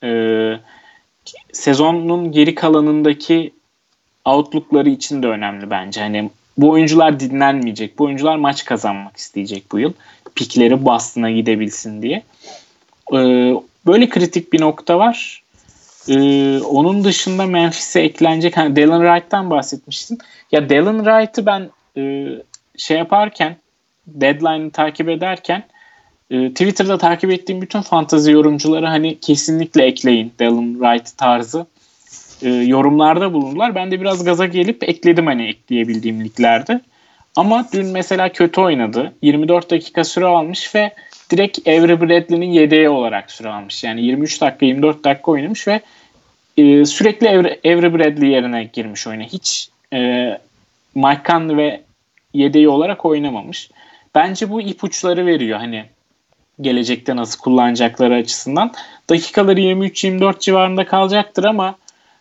sezonun geri kalanındaki outlook'ları için de önemli bence. Hani bu oyuncular dinlenmeyecek. Bu oyuncular maç kazanmak isteyecek bu yıl. Pikleri Boston'a gidebilsin diye. Böyle kritik bir nokta var. Onun dışında Memphis'e eklenecek. Hani Delon Wright'tan bahsetmiştin. Ya Delon Wright'ı ben şey yaparken, deadline'ı takip ederken Twitter'da takip ettiğim bütün fantazi yorumcuları hani kesinlikle ekleyin Delon Wright tarzı yorumlarda bulundular. Ben de biraz gaza gelip ekledim hani ekleyebildiğim liglerde. Ama dün mesela kötü oynadı. 24 dakika süre almış ve direkt Avery Bradley'nin yedeği olarak süre almış. Yani 23 dakika 24 dakika oynamış ve sürekli Avery Bradley yerine girmiş oyuna. Hiç Mike Conley ve yedeği olarak oynamamış. Bence bu ipuçları veriyor hani gelecekte nasıl kullanacakları açısından. Dakikaları 23-24 civarında kalacaktır ama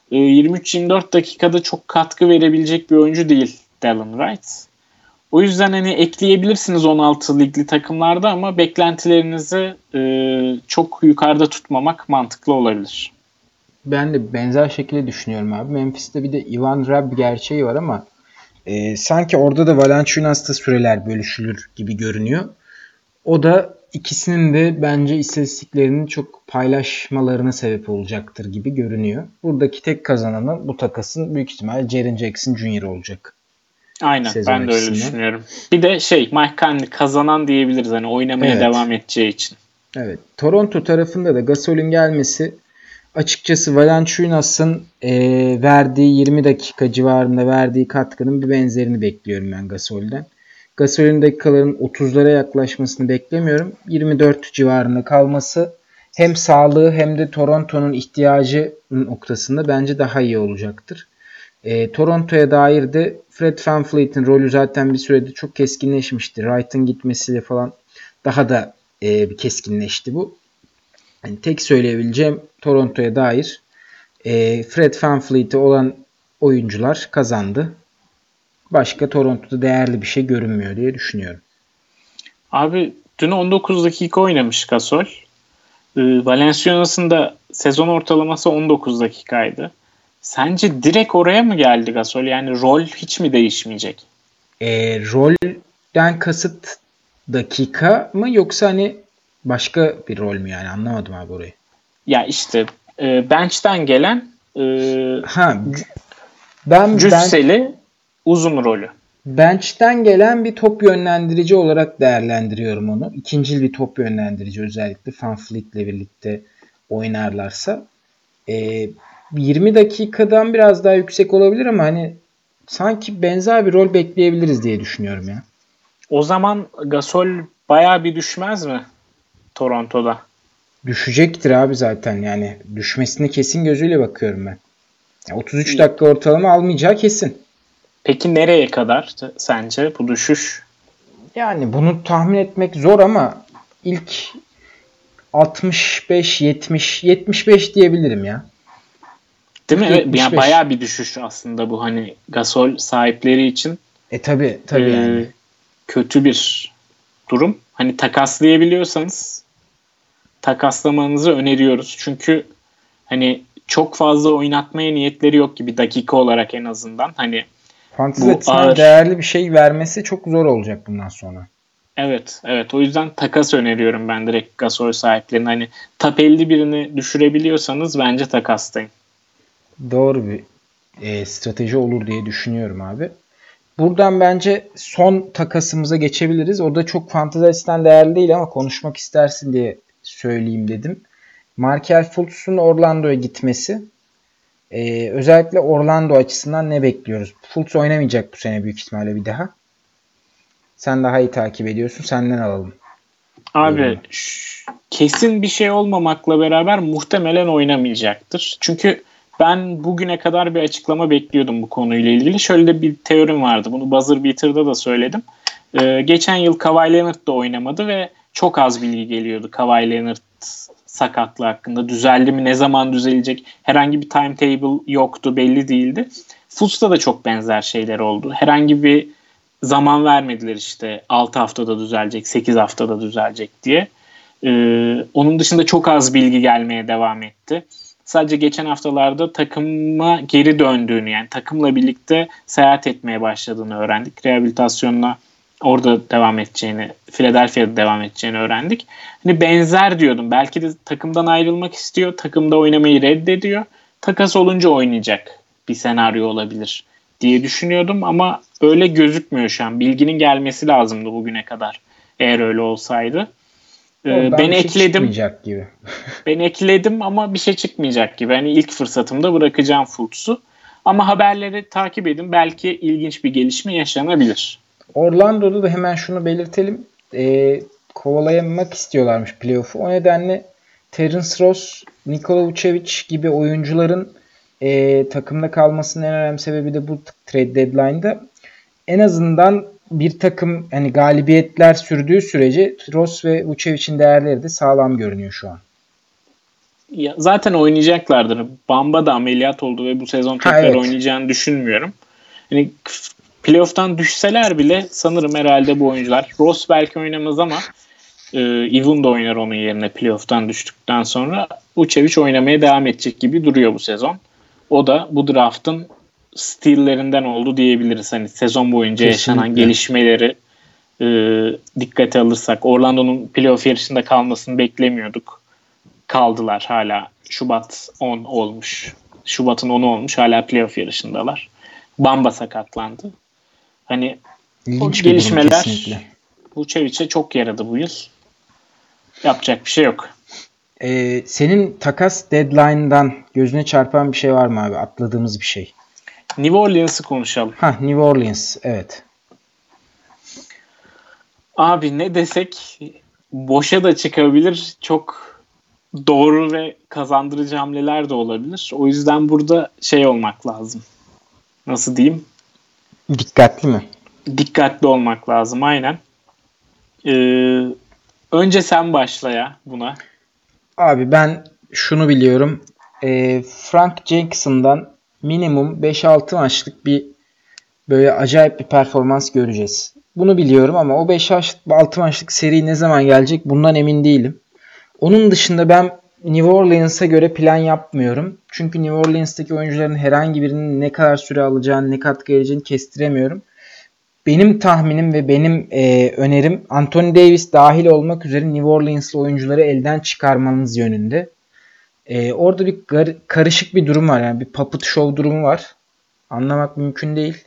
23-24 dakikada çok katkı verebilecek bir oyuncu değil Delon Wright. O yüzden hani ekleyebilirsiniz 16 ligli takımlarda ama beklentilerinizi çok yukarıda tutmamak mantıklı olabilir. Ben de benzer şekilde düşünüyorum abi. Memphis'te bir de Ivan Rabb gerçeği var ama sanki orada da Valanciunas'ta süreler bölüşülür gibi görünüyor. O da ikisinin de bence istatistiklerini çok paylaşmalarına sebep olacaktır gibi görünüyor. Buradaki tek kazananın bu takasın büyük ihtimalle Jaren Jackson Jr. olacak. Aynen Sezon ben de öyle açısından. düşünüyorum. Bir de Mike Conley kazanan diyebiliriz hani oynamaya Evet. devam edeceği için. Evet. Toronto tarafında da Gasol'ün gelmesi açıkçası Valanciunas'ın verdiği 20 dakika civarında verdiği katkının bir benzerini bekliyorum ben Gasol'den. Gasol'ün dakikaların 30'lara yaklaşmasını beklemiyorum. 24 civarında kalması hem sağlığı hem de Toronto'nun ihtiyacı noktasında bence daha iyi olacaktır. Toronto'ya dair de Fred VanVleet'in rolü zaten bir sürede çok keskinleşmişti. Wright'ın gitmesiyle falan daha da keskinleşti bu. Yani tek söyleyebileceğim Toronto'ya dair Fred VanVleet'e olan oyuncular kazandı. Başka Toronto'da değerli bir şey görünmüyor diye düşünüyorum. Abi dün 19 dakika oynamış Gasol. Valenciunas'ın da sezon ortalaması 19 dakikaydı. Sence direkt oraya mı geldi Gasol? Yani rol hiç mi değişmeyecek? Rolden kasıt dakika mı yoksa hani başka bir rol mü yani anlamadım abi orayı. Ya işte bench'ten gelen Ha ben cüsseli uzun rolü. bench'ten gelen bir top yönlendirici olarak değerlendiriyorum onu. İkincil bir top yönlendirici özellikle VanVleet'le birlikte oynarlarsa. 20 dakikadan biraz daha yüksek olabilir ama hani sanki benzer bir rol bekleyebiliriz diye düşünüyorum ya. O zaman Gasol bayağı bir düşmez mi Toronto'da? Düşecektir abi zaten yani düşmesine kesin gözüyle bakıyorum ben. Yani 33 İyi. dakika ortalama almayacağı kesin. Peki nereye kadar sence bu düşüş? Yani bunu tahmin etmek zor ama ilk 65 70 75 diyebilirim ya. Değil mi? İlk Evet, yani 75. bayağı bir düşüş aslında bu hani Gasol sahipleri için Tabii yani. e, kötü bir durum. Hani takaslayabiliyorsanız takaslamanızı öneriyoruz. Çünkü hani çok fazla oynatmaya niyetleri yok gibi dakika olarak en azından. Hani Fantezi bu açısından ağır. değerli bir şey vermesi çok zor olacak bundan sonra. Evet, evet. O yüzden takas öneriyorum ben direkt Gasol sahiplerine. Hani top 50 birini düşürebiliyorsanız bence takaslayın. Doğru bir strateji olur diye düşünüyorum abi. Buradan bence son takasımıza geçebiliriz. O da çok fantezi açısından değerli değil ama konuşmak istersin diye söyleyeyim dedim. Markelle Fultz'un Orlando'ya gitmesi. Özellikle Orlando açısından ne bekliyoruz? Fultz oynamayacak bu sene büyük ihtimalle bir daha. Sen daha iyi takip ediyorsun. Senden alalım. Abi kesin bir şey olmamakla beraber muhtemelen oynamayacaktır. Çünkü ben bugüne kadar bir açıklama bekliyordum bu konuyla ilgili. Şöyle de bir teorim vardı. Bunu Buzzer Beater'da da söyledim. Geçen yıl Kawhi Leonard da oynamadı ve çok az bilgi geliyordu Kawhi Leonard sakatlığı hakkında. Düzeldi mi? Ne zaman düzelecek? Herhangi bir timetable yoktu. Belli değildi. Fultz'ta da çok benzer şeyler oldu. Herhangi bir zaman vermediler işte 6 haftada düzelecek, 8 haftada düzelecek diye. Onun dışında çok az bilgi gelmeye devam etti. Sadece geçen haftalarda takıma geri döndüğünü, yani takımla birlikte seyahat etmeye başladığını öğrendik. Rehabilitasyonla orada devam edeceğini, Philadelphia'da devam edeceğini öğrendik. Hani benzer diyordum. Belki de takımdan ayrılmak istiyor, takımda oynamayı reddediyor. Takas olunca oynayacak bir senaryo olabilir diye düşünüyordum ama öyle gözükmüyor şu an. Bilginin gelmesi lazımdı bugüne kadar eğer öyle olsaydı. Ben ekledim. Gibi. Ben ekledim ama bir şey çıkmayacak gibi. Hani ilk fırsatımda bırakacağım Fultz'u. Ama haberleri takip edin. Belki ilginç bir gelişme yaşanabilir. Orlando'da da hemen şunu belirtelim. Kovalayamak istiyorlarmış playoff'u. O nedenle Terence Ross, Nikola Vucevic gibi oyuncuların takımda kalmasının en önemli sebebi de bu trade deadline'da. En azından bir takım hani galibiyetler sürdüğü sürece Ross ve Vucevic'in değerleri de sağlam görünüyor şu an. Ya, zaten oynayacaklardır. Bamba da ameliyat oldu ve bu sezon tekrar oynayacağını düşünmüyorum. Yani playoff'tan düşseler bile sanırım herhalde bu oyuncular. Ross belki oynamaz ama Even de oynar onun yerine playoff'tan düştükten sonra. Vucevic oynamaya devam edecek gibi duruyor bu sezon. O da bu draft'ın steal'lerinden oldu diyebiliriz. Hani sezon boyunca yaşanan gelişmeleri dikkate alırsak. Orlando'nun playoff yarışında kalmasını beklemiyorduk. Kaldılar hala. Şubat 10 olmuş. Şubat'ın 10'u olmuş. Hala playoff yarışındalar. Bamba sakatlandı. Hani İlginç o gelişmeler Vucevic'e çok yaradı bu yıl. Yapacak bir şey yok. Senin takas deadline'dan gözüne çarpan bir şey var mı abi? Atladığımız bir şey. New Orleans'ı konuşalım. New Orleans. Evet. Abi ne desek boşa da çıkabilir. Çok doğru ve kazandırıcı hamleler de olabilir. O yüzden burada şey olmak lazım. Nasıl diyeyim? Dikkatli mi? Dikkatli olmak lazım. Aynen. Önce sen başla ya buna. Abi ben şunu biliyorum. Frank Jackson'dan minimum 5-6 maçlık bir böyle acayip bir performans göreceğiz. Bunu biliyorum ama o 5-6 maçlık seri ne zaman gelecek bundan emin değilim. Onun dışında ben New Orleans'a göre plan yapmıyorum. Çünkü New Orleans'taki oyuncuların herhangi birinin ne kadar süre alacağını, ne katkı vereceğini kestiremiyorum. Benim tahminim ve benim önerim Anthony Davis dahil olmak üzere New Orleans'lı oyuncuları elden çıkarmanız yönünde. Orada bir karışık bir durum var. Yani bir puppet show durumu var. Anlamak mümkün değil.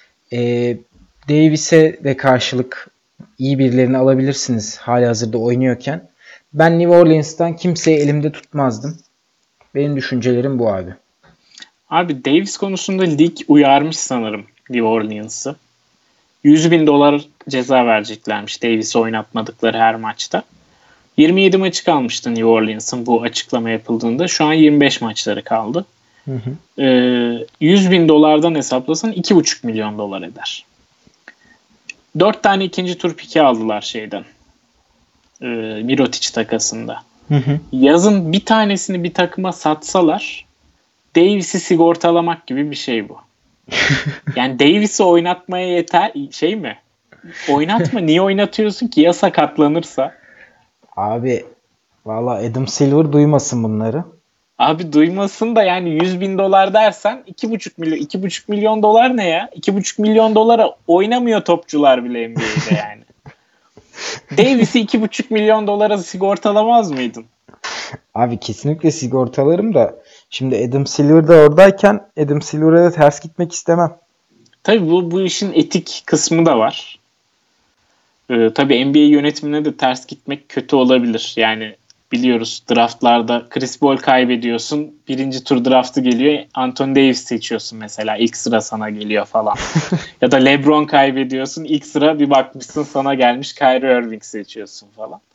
Davis'e de karşılık iyi birilerini alabilirsiniz hali hazırda oynuyorken. Ben New Orleans'tan kimseyi elimde tutmazdım. Benim düşüncelerim bu abi. Abi Davis konusunda lig uyarmış sanırım New Orleans'ı. $100,000 ceza vereceklermiş Davis'i oynatmadıkları her maçta. 27 maçı kalmıştı New Orleans'ın bu açıklama yapıldığında. Şu an 25 maçları kaldı. $100,000'dan hesaplasan $2,5 milyon eder. 4 tane ikinci tur piki aldılar şeyden. Mirotic takasında. Yazın bir tanesini bir takıma satsalar Davis'i sigortalamak gibi bir şey bu. Yani Davis'i oynatmaya yeter şey mi? Oynatma. Niye oynatıyorsun ki? Ya sakatlanırsa? Abi valla Adam Silver duymasın bunları. Abi duymasın da yani $100,000 dersen $2,5 milyon ne ya? $2,5 milyon oynamıyor topçular bile NBA'de yani. Davis'i $2,5 milyon sigortalamaz mıydın? Abi kesinlikle sigortalarım da şimdi Adam Silver da oradayken Adam Silver'a da ters gitmek istemem. Tabii bu işin etik kısmı da var. Tabii NBA yönetimine de ters gitmek kötü olabilir. Yani biliyoruz draftlarda Chris Paul kaybediyorsun. Birinci tur draftı geliyor. Anthony Davis seçiyorsun mesela. İlk sıra sana geliyor falan. Ya da LeBron kaybediyorsun. İlk sıra bir bakmışsın sana gelmiş Kyrie Irving seçiyorsun falan.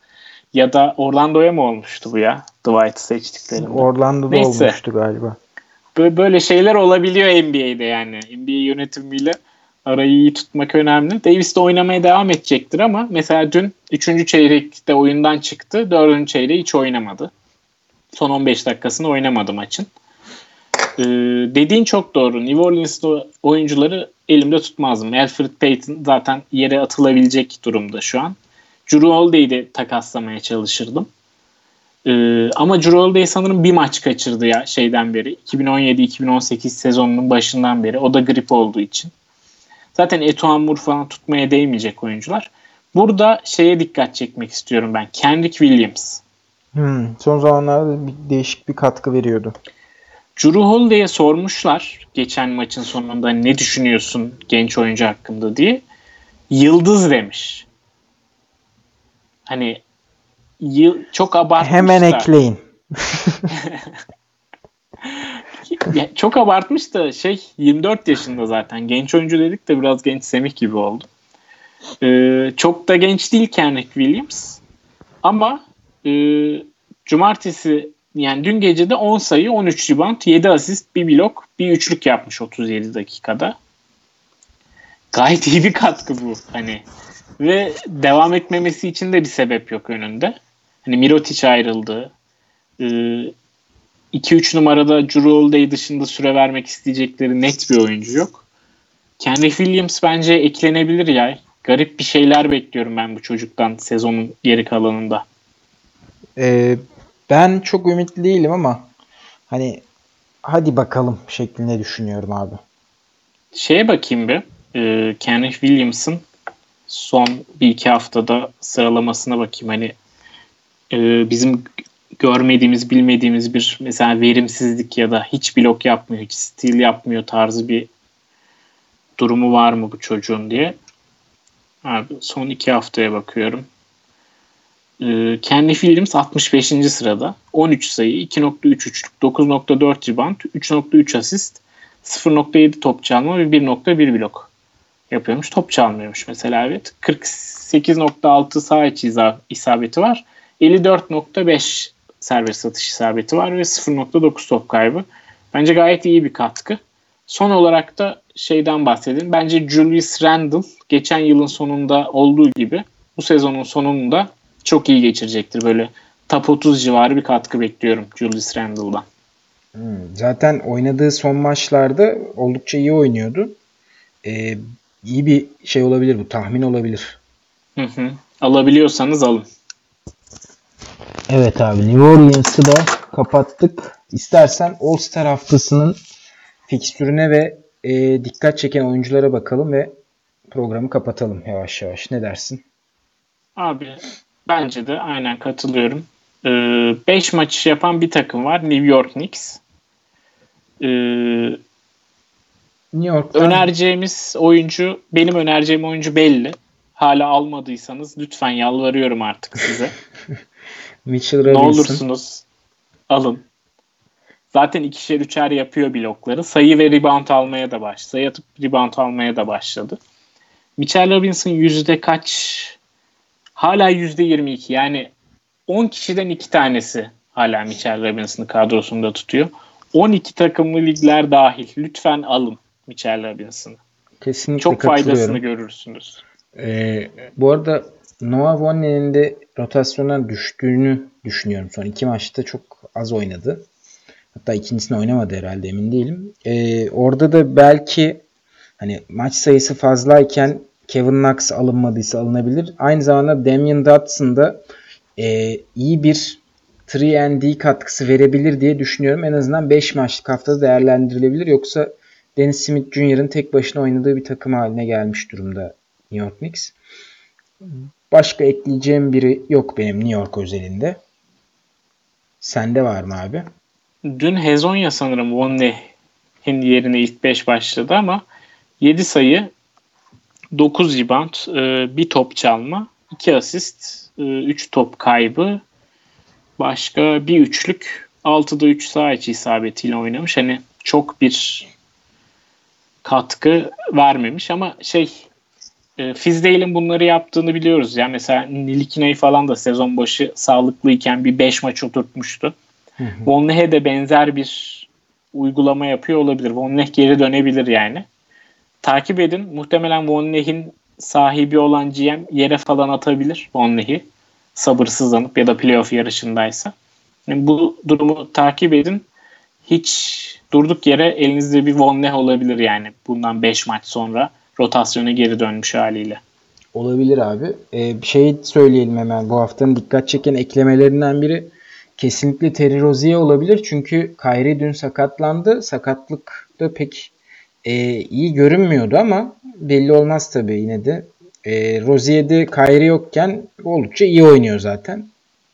Ya da Orlando'ya mı olmuştu bu ya? Dwight'ı seçtiklerinde. Orlando'da Neyse. olmuştu galiba. Böyle şeyler olabiliyor NBA'de yani. NBA yönetimiyle arayı iyi tutmak önemli. Davis de oynamaya devam edecektir ama mesela dün 3. çeyrekte oyundan çıktı. 4. çeyreği hiç oynamadı. Son 15 dakikasını oynamadı maçın. Dediğin çok doğru. New Orleans'ta oyuncuları elimde tutmazdım. Elfrid Payton zaten yere atılabilecek durumda şu an. Jrue Holiday'i de takaslamaya çalışırdım. Ama Jrue Holiday sanırım bir maç kaçırdı ya şeyden beri. 2017-2018 sezonunun başından beri. O da grip olduğu için. Zaten Etuan Moore falan tutmaya değmeyecek oyuncular. Burada şeye dikkat çekmek istiyorum ben. Kendrick Williams. Son zamanlarda değişik bir katkı veriyordu. Jrue Holiday'e sormuşlar geçen maçın sonunda ne düşünüyorsun genç oyuncu hakkında diye. Yıldız demiş. Hani çok abartmış Hemen da. ekleyin. Çok abartmış da 24 yaşında zaten. Genç oyuncu dedik de biraz genç Semih gibi oldu. Çok da genç değil Kendrick Williams. Ama cumartesi yani dün gece de 10 sayı, 13 rebound, 7 asist, 1 blok, bir üçlük yapmış 37 dakikada. Gayet iyi bir katkı bu. Hani ve devam etmemesi için de bir sebep yok önünde. Hani Mirotic ayrıldı. 2-3 numarada Jrue Holiday dışında süre vermek isteyecekleri net bir oyuncu yok. Kendrick Williams bence eklenebilir ya. Garip bir şeyler bekliyorum ben bu çocuktan sezonun geri kalanında. Ben çok ümitli değilim ama hani hadi bakalım şeklinde düşünüyorum abi. Şeye bakayım bir. Kendrick Williams'ın son 1-2 haftada sıralamasına bakayım. Hani bizim görmediğimiz, bilmediğimiz bir mesela verimsizlik ya da hiç blok yapmıyor, hiç steal yapmıyor tarzı bir durumu var mı bu çocuğun diye. Abi son 2 haftaya bakıyorum. Kendrick Williams 65. sırada. 13 sayı, 2.3 üçlük, 9.4 rebound, 3.3 asist, 0.7 top çalma ve 1.1 blok yapıyormuş. Top çalmıyormuş mesela, evet. 48.6 sağ içi isabeti var. 54.5 serbest atış isabeti var ve 0.9 top kaybı. Bence gayet iyi bir katkı. Son olarak da şeyden bahsedin. Bence Julius Randle geçen yılın sonunda olduğu gibi bu sezonun sonunda çok iyi geçirecektir. Böyle top 30 civarı bir katkı bekliyorum Julius Randle'dan. Zaten oynadığı son maçlarda oldukça iyi oynuyordu. İyi bir şey olabilir bu. Tahmin olabilir. Hı. Alabiliyorsanız alın. Evet abi. New Orleans'ı da kapattık. İstersen All-Star haftasının fikstürüne ve dikkat çeken oyunculara bakalım ve programı kapatalım yavaş yavaş. Ne dersin? Abi bence de aynen katılıyorum. 5 maç yapan bir takım var. New York Knicks. New York'tan Benim önereceğim oyuncu belli. Hala almadıysanız lütfen yalvarıyorum artık size. Mitchell Ne Robinson. olursunuz alın. Zaten ikişer üçer yapıyor blokları. Sayı ve rebound almaya da başladı. Sayı atıp rebound almaya da başladı. Mitchell Robinson yüzde kaç? Hala %22. Yani 10 kişiden 2 tanesi hala Mitchell Robinson'ı kadrosunda tutuyor. 12 takımlı ligler dahil. Lütfen alın Mitchell Robinson'ı. Kesinlikle Çok faydasını katılıyorum. görürsünüz. Bu arada Noah Vonleh'nin de rotasyondan düştüğünü düşünüyorum. Son 2 maçta çok az oynadı. Hatta ikincisini oynamadı herhalde, emin değilim. Orada da belki hani maç sayısı fazlayken Kevin Knox alınmadıysa alınabilir. Aynı zamanda Damian Dotson da iyi bir 3&D katkısı verebilir diye düşünüyorum. En azından 5 maçlık haftada değerlendirilebilir. Yoksa Dennis Smith Jr.'ın tek başına oynadığı bir takım haline gelmiş durumda New York Knicks. Başka ekleyeceğim biri yok benim New York özelinde. Sende var mı abi? Dün Hezonya sanırım Vonleh'in yerine ilk 5 başladı ama 7 sayı, 9 rebound, 1 top çalma, 2 asist, 3 top kaybı, başka bir üçlük, 6'da 3 sağ içi isabetiyle oynamış. Hani çok bir katkı vermemiş ama Fizdale'in bunları yaptığını biliyoruz. Yani mesela Nilikina'yı falan da sezon başı sağlıklıyken bir 5 maç oturtmuştu. Von Lehe de benzer bir uygulama yapıyor olabilir. Von Lehe geri dönebilir yani. Takip edin. Muhtemelen Von Lehe'in sahibi olan GM yere falan atabilir Von Lehe'i. Sabırsızlanıp ya da playoff yarışındaysa. Yani bu durumu takip edin. Hiç durduk yere elinizde bir Von Lehe olabilir yani. Bundan 5 maç sonra rotasyona geri dönmüş haliyle. Olabilir abi. Bir şey söyleyelim hemen. Bu haftanın dikkat çeken eklemelerinden biri kesinlikle Terry Rozier olabilir. Çünkü Kyrie dün sakatlandı. Sakatlık da pek iyi görünmüyordu ama belli olmaz tabii yine de. Rozier'de Kyrie yokken oldukça iyi oynuyor zaten.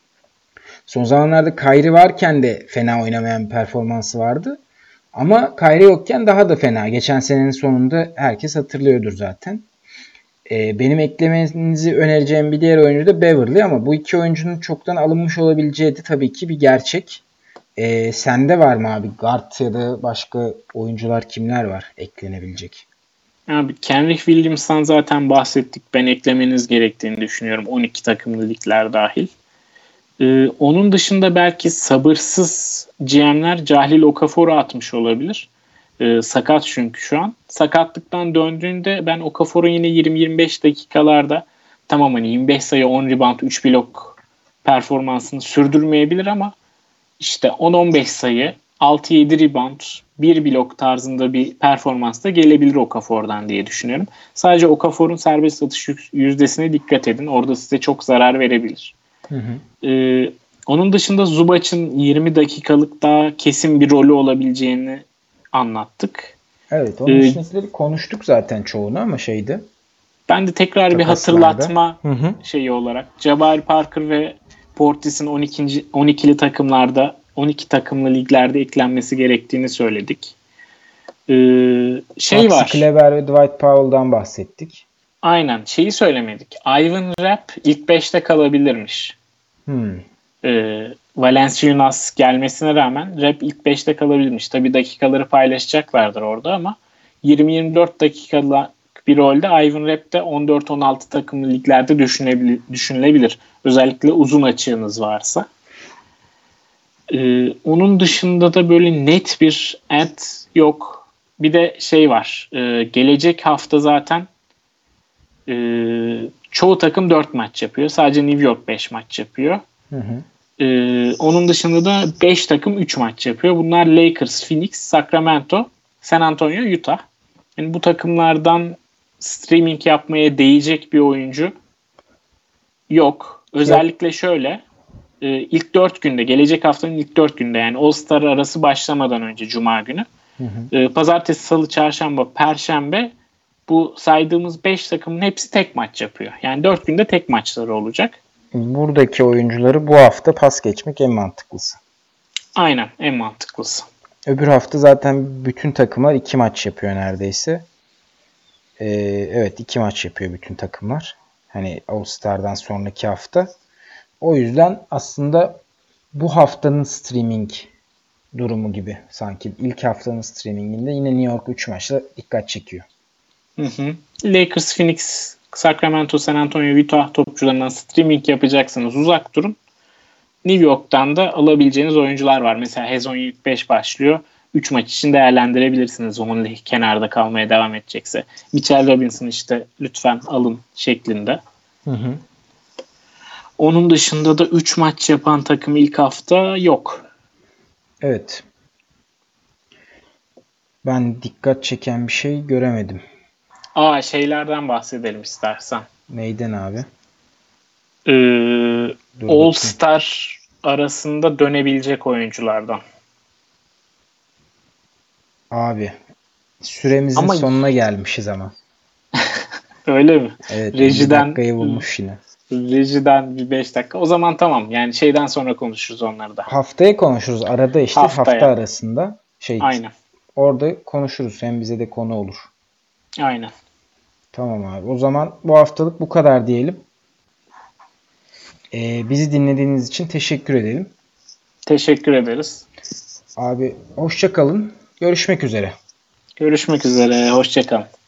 Son zamanlarda Kyrie varken de fena oynamayan bir performansı vardı. Ama Kyrie yokken daha da fena. Geçen senenin sonunda herkes hatırlıyordur zaten. Benim eklemenizi önereceğim bir diğer oyuncu da Beverley ama bu iki oyuncunun çoktan alınmış olabileceği de tabii ki bir gerçek. Sende var mı abi? Guard ya da başka oyuncular kimler var eklenebilecek? Abi Kenrich Williams'tan zaten bahsettik. Ben eklemeniz gerektiğini düşünüyorum. 12 takımlı ligler dahil. Onun dışında belki sabırsız GM'ler Jahlil Okafor'u atmış olabilir. Sakat çünkü şu an. Sakatlıktan döndüğünde ben Okafor'un yine 20-25 dakikalarda tamam hani 25 sayı 10 rebound 3 blok performansını sürdürmeyebilir ama işte 10-15 sayı 6-7 rebound 1 blok tarzında bir performans da gelebilir Okafor'dan diye düşünüyorum. Sadece Okafor'un serbest atış yüzdesine dikkat edin. Orada size çok zarar verebilir. Hı hı. Onun dışında Zubac'ın 20 dakikalık daha kesin bir rolü olabileceğini anlattık. Evet, onun dışındakileri konuştuk zaten çoğunu ama şeydi. Ben de tekrar bir Takaslarda. hatırlatma şeyi olarak Jabari Parker ve Portis'in 12'li takımlarda 12 takımlı liglerde eklenmesi gerektiğini söyledik. Şey Maxi var. Kleber ve Dwight Powell'dan bahsettik. Aynen. Şeyi söylemedik. Ivan Rapp ilk 5'te kalabilirmiş. Valanciunas gelmesine rağmen Rapp ilk 5'te kalabilirmiş. Tabii dakikaları paylaşacaklardır orada ama 20-24 dakikalık bir rolde Ivan Rapp de 14-16 takımlı liglerde düşünülebilir. Özellikle uzun açığınız varsa. Onun dışında da böyle net bir ad yok. Bir de şey var. Gelecek hafta zaten çoğu takım 4 maç yapıyor. Sadece New York 5 maç yapıyor. Onun dışında da 5 takım 3 maç yapıyor. Bunlar Lakers, Phoenix, Sacramento, San Antonio, Utah. Yani bu takımlardan streaming yapmaya değecek bir oyuncu yok. Özellikle şöyle ilk 4 günde, gelecek haftanın ilk 4 günde yani All-Star arası başlamadan önce Cuma günü pazartesi, salı, çarşamba, perşembe bu saydığımız 5 takımın hepsi tek maç yapıyor. Yani 4 günde tek maçları olacak. Buradaki oyuncuları bu hafta pas geçmek en mantıklısı. Aynen, en mantıklısı. Öbür hafta zaten bütün takımlar 2 maç yapıyor neredeyse. Evet 2 maç yapıyor bütün takımlar. Hani All-Star'dan sonraki hafta. O yüzden aslında bu haftanın streaming durumu gibi sanki. İlk haftanın streaminginde yine New York 3 maçla dikkat çekiyor. Lakers, Phoenix, Sacramento, San Antonio, Utah topçularından streaming yapacaksanız uzak durun. New York'tan da alabileceğiniz oyuncular var. Mesela Hezon ilk 5 başlıyor. 3 maç için değerlendirebilirsiniz. Onun kenarda kalmaya devam edecekse. Mitchell Robinson işte lütfen alın şeklinde. Onun dışında da 3 maç yapan takım ilk hafta yok. Evet. Ben dikkat çeken bir şey göremedim. Şeylerden bahsedelim istersen. Neyden abi? All Star arasında dönebilecek oyunculardan. Abi süremizin ama sonuna gelmişiz ama. Öyle mi? Evet. 50 dakikayı bulmuş yine. Rejiden bir 5 dakika. O zaman tamam. Yani şeyden sonra konuşuruz onları da. Haftaya konuşuruz. Arada işte Haftaya. hafta arasında. Aynen. Orada konuşuruz. Hem bize de konu olur. Aynen. Tamam abi. O zaman bu haftalık bu kadar diyelim. Bizi dinlediğiniz için teşekkür edelim. Teşekkür ederiz. Abi hoşça kalın. Görüşmek üzere. Görüşmek üzere. Hoşça kalın.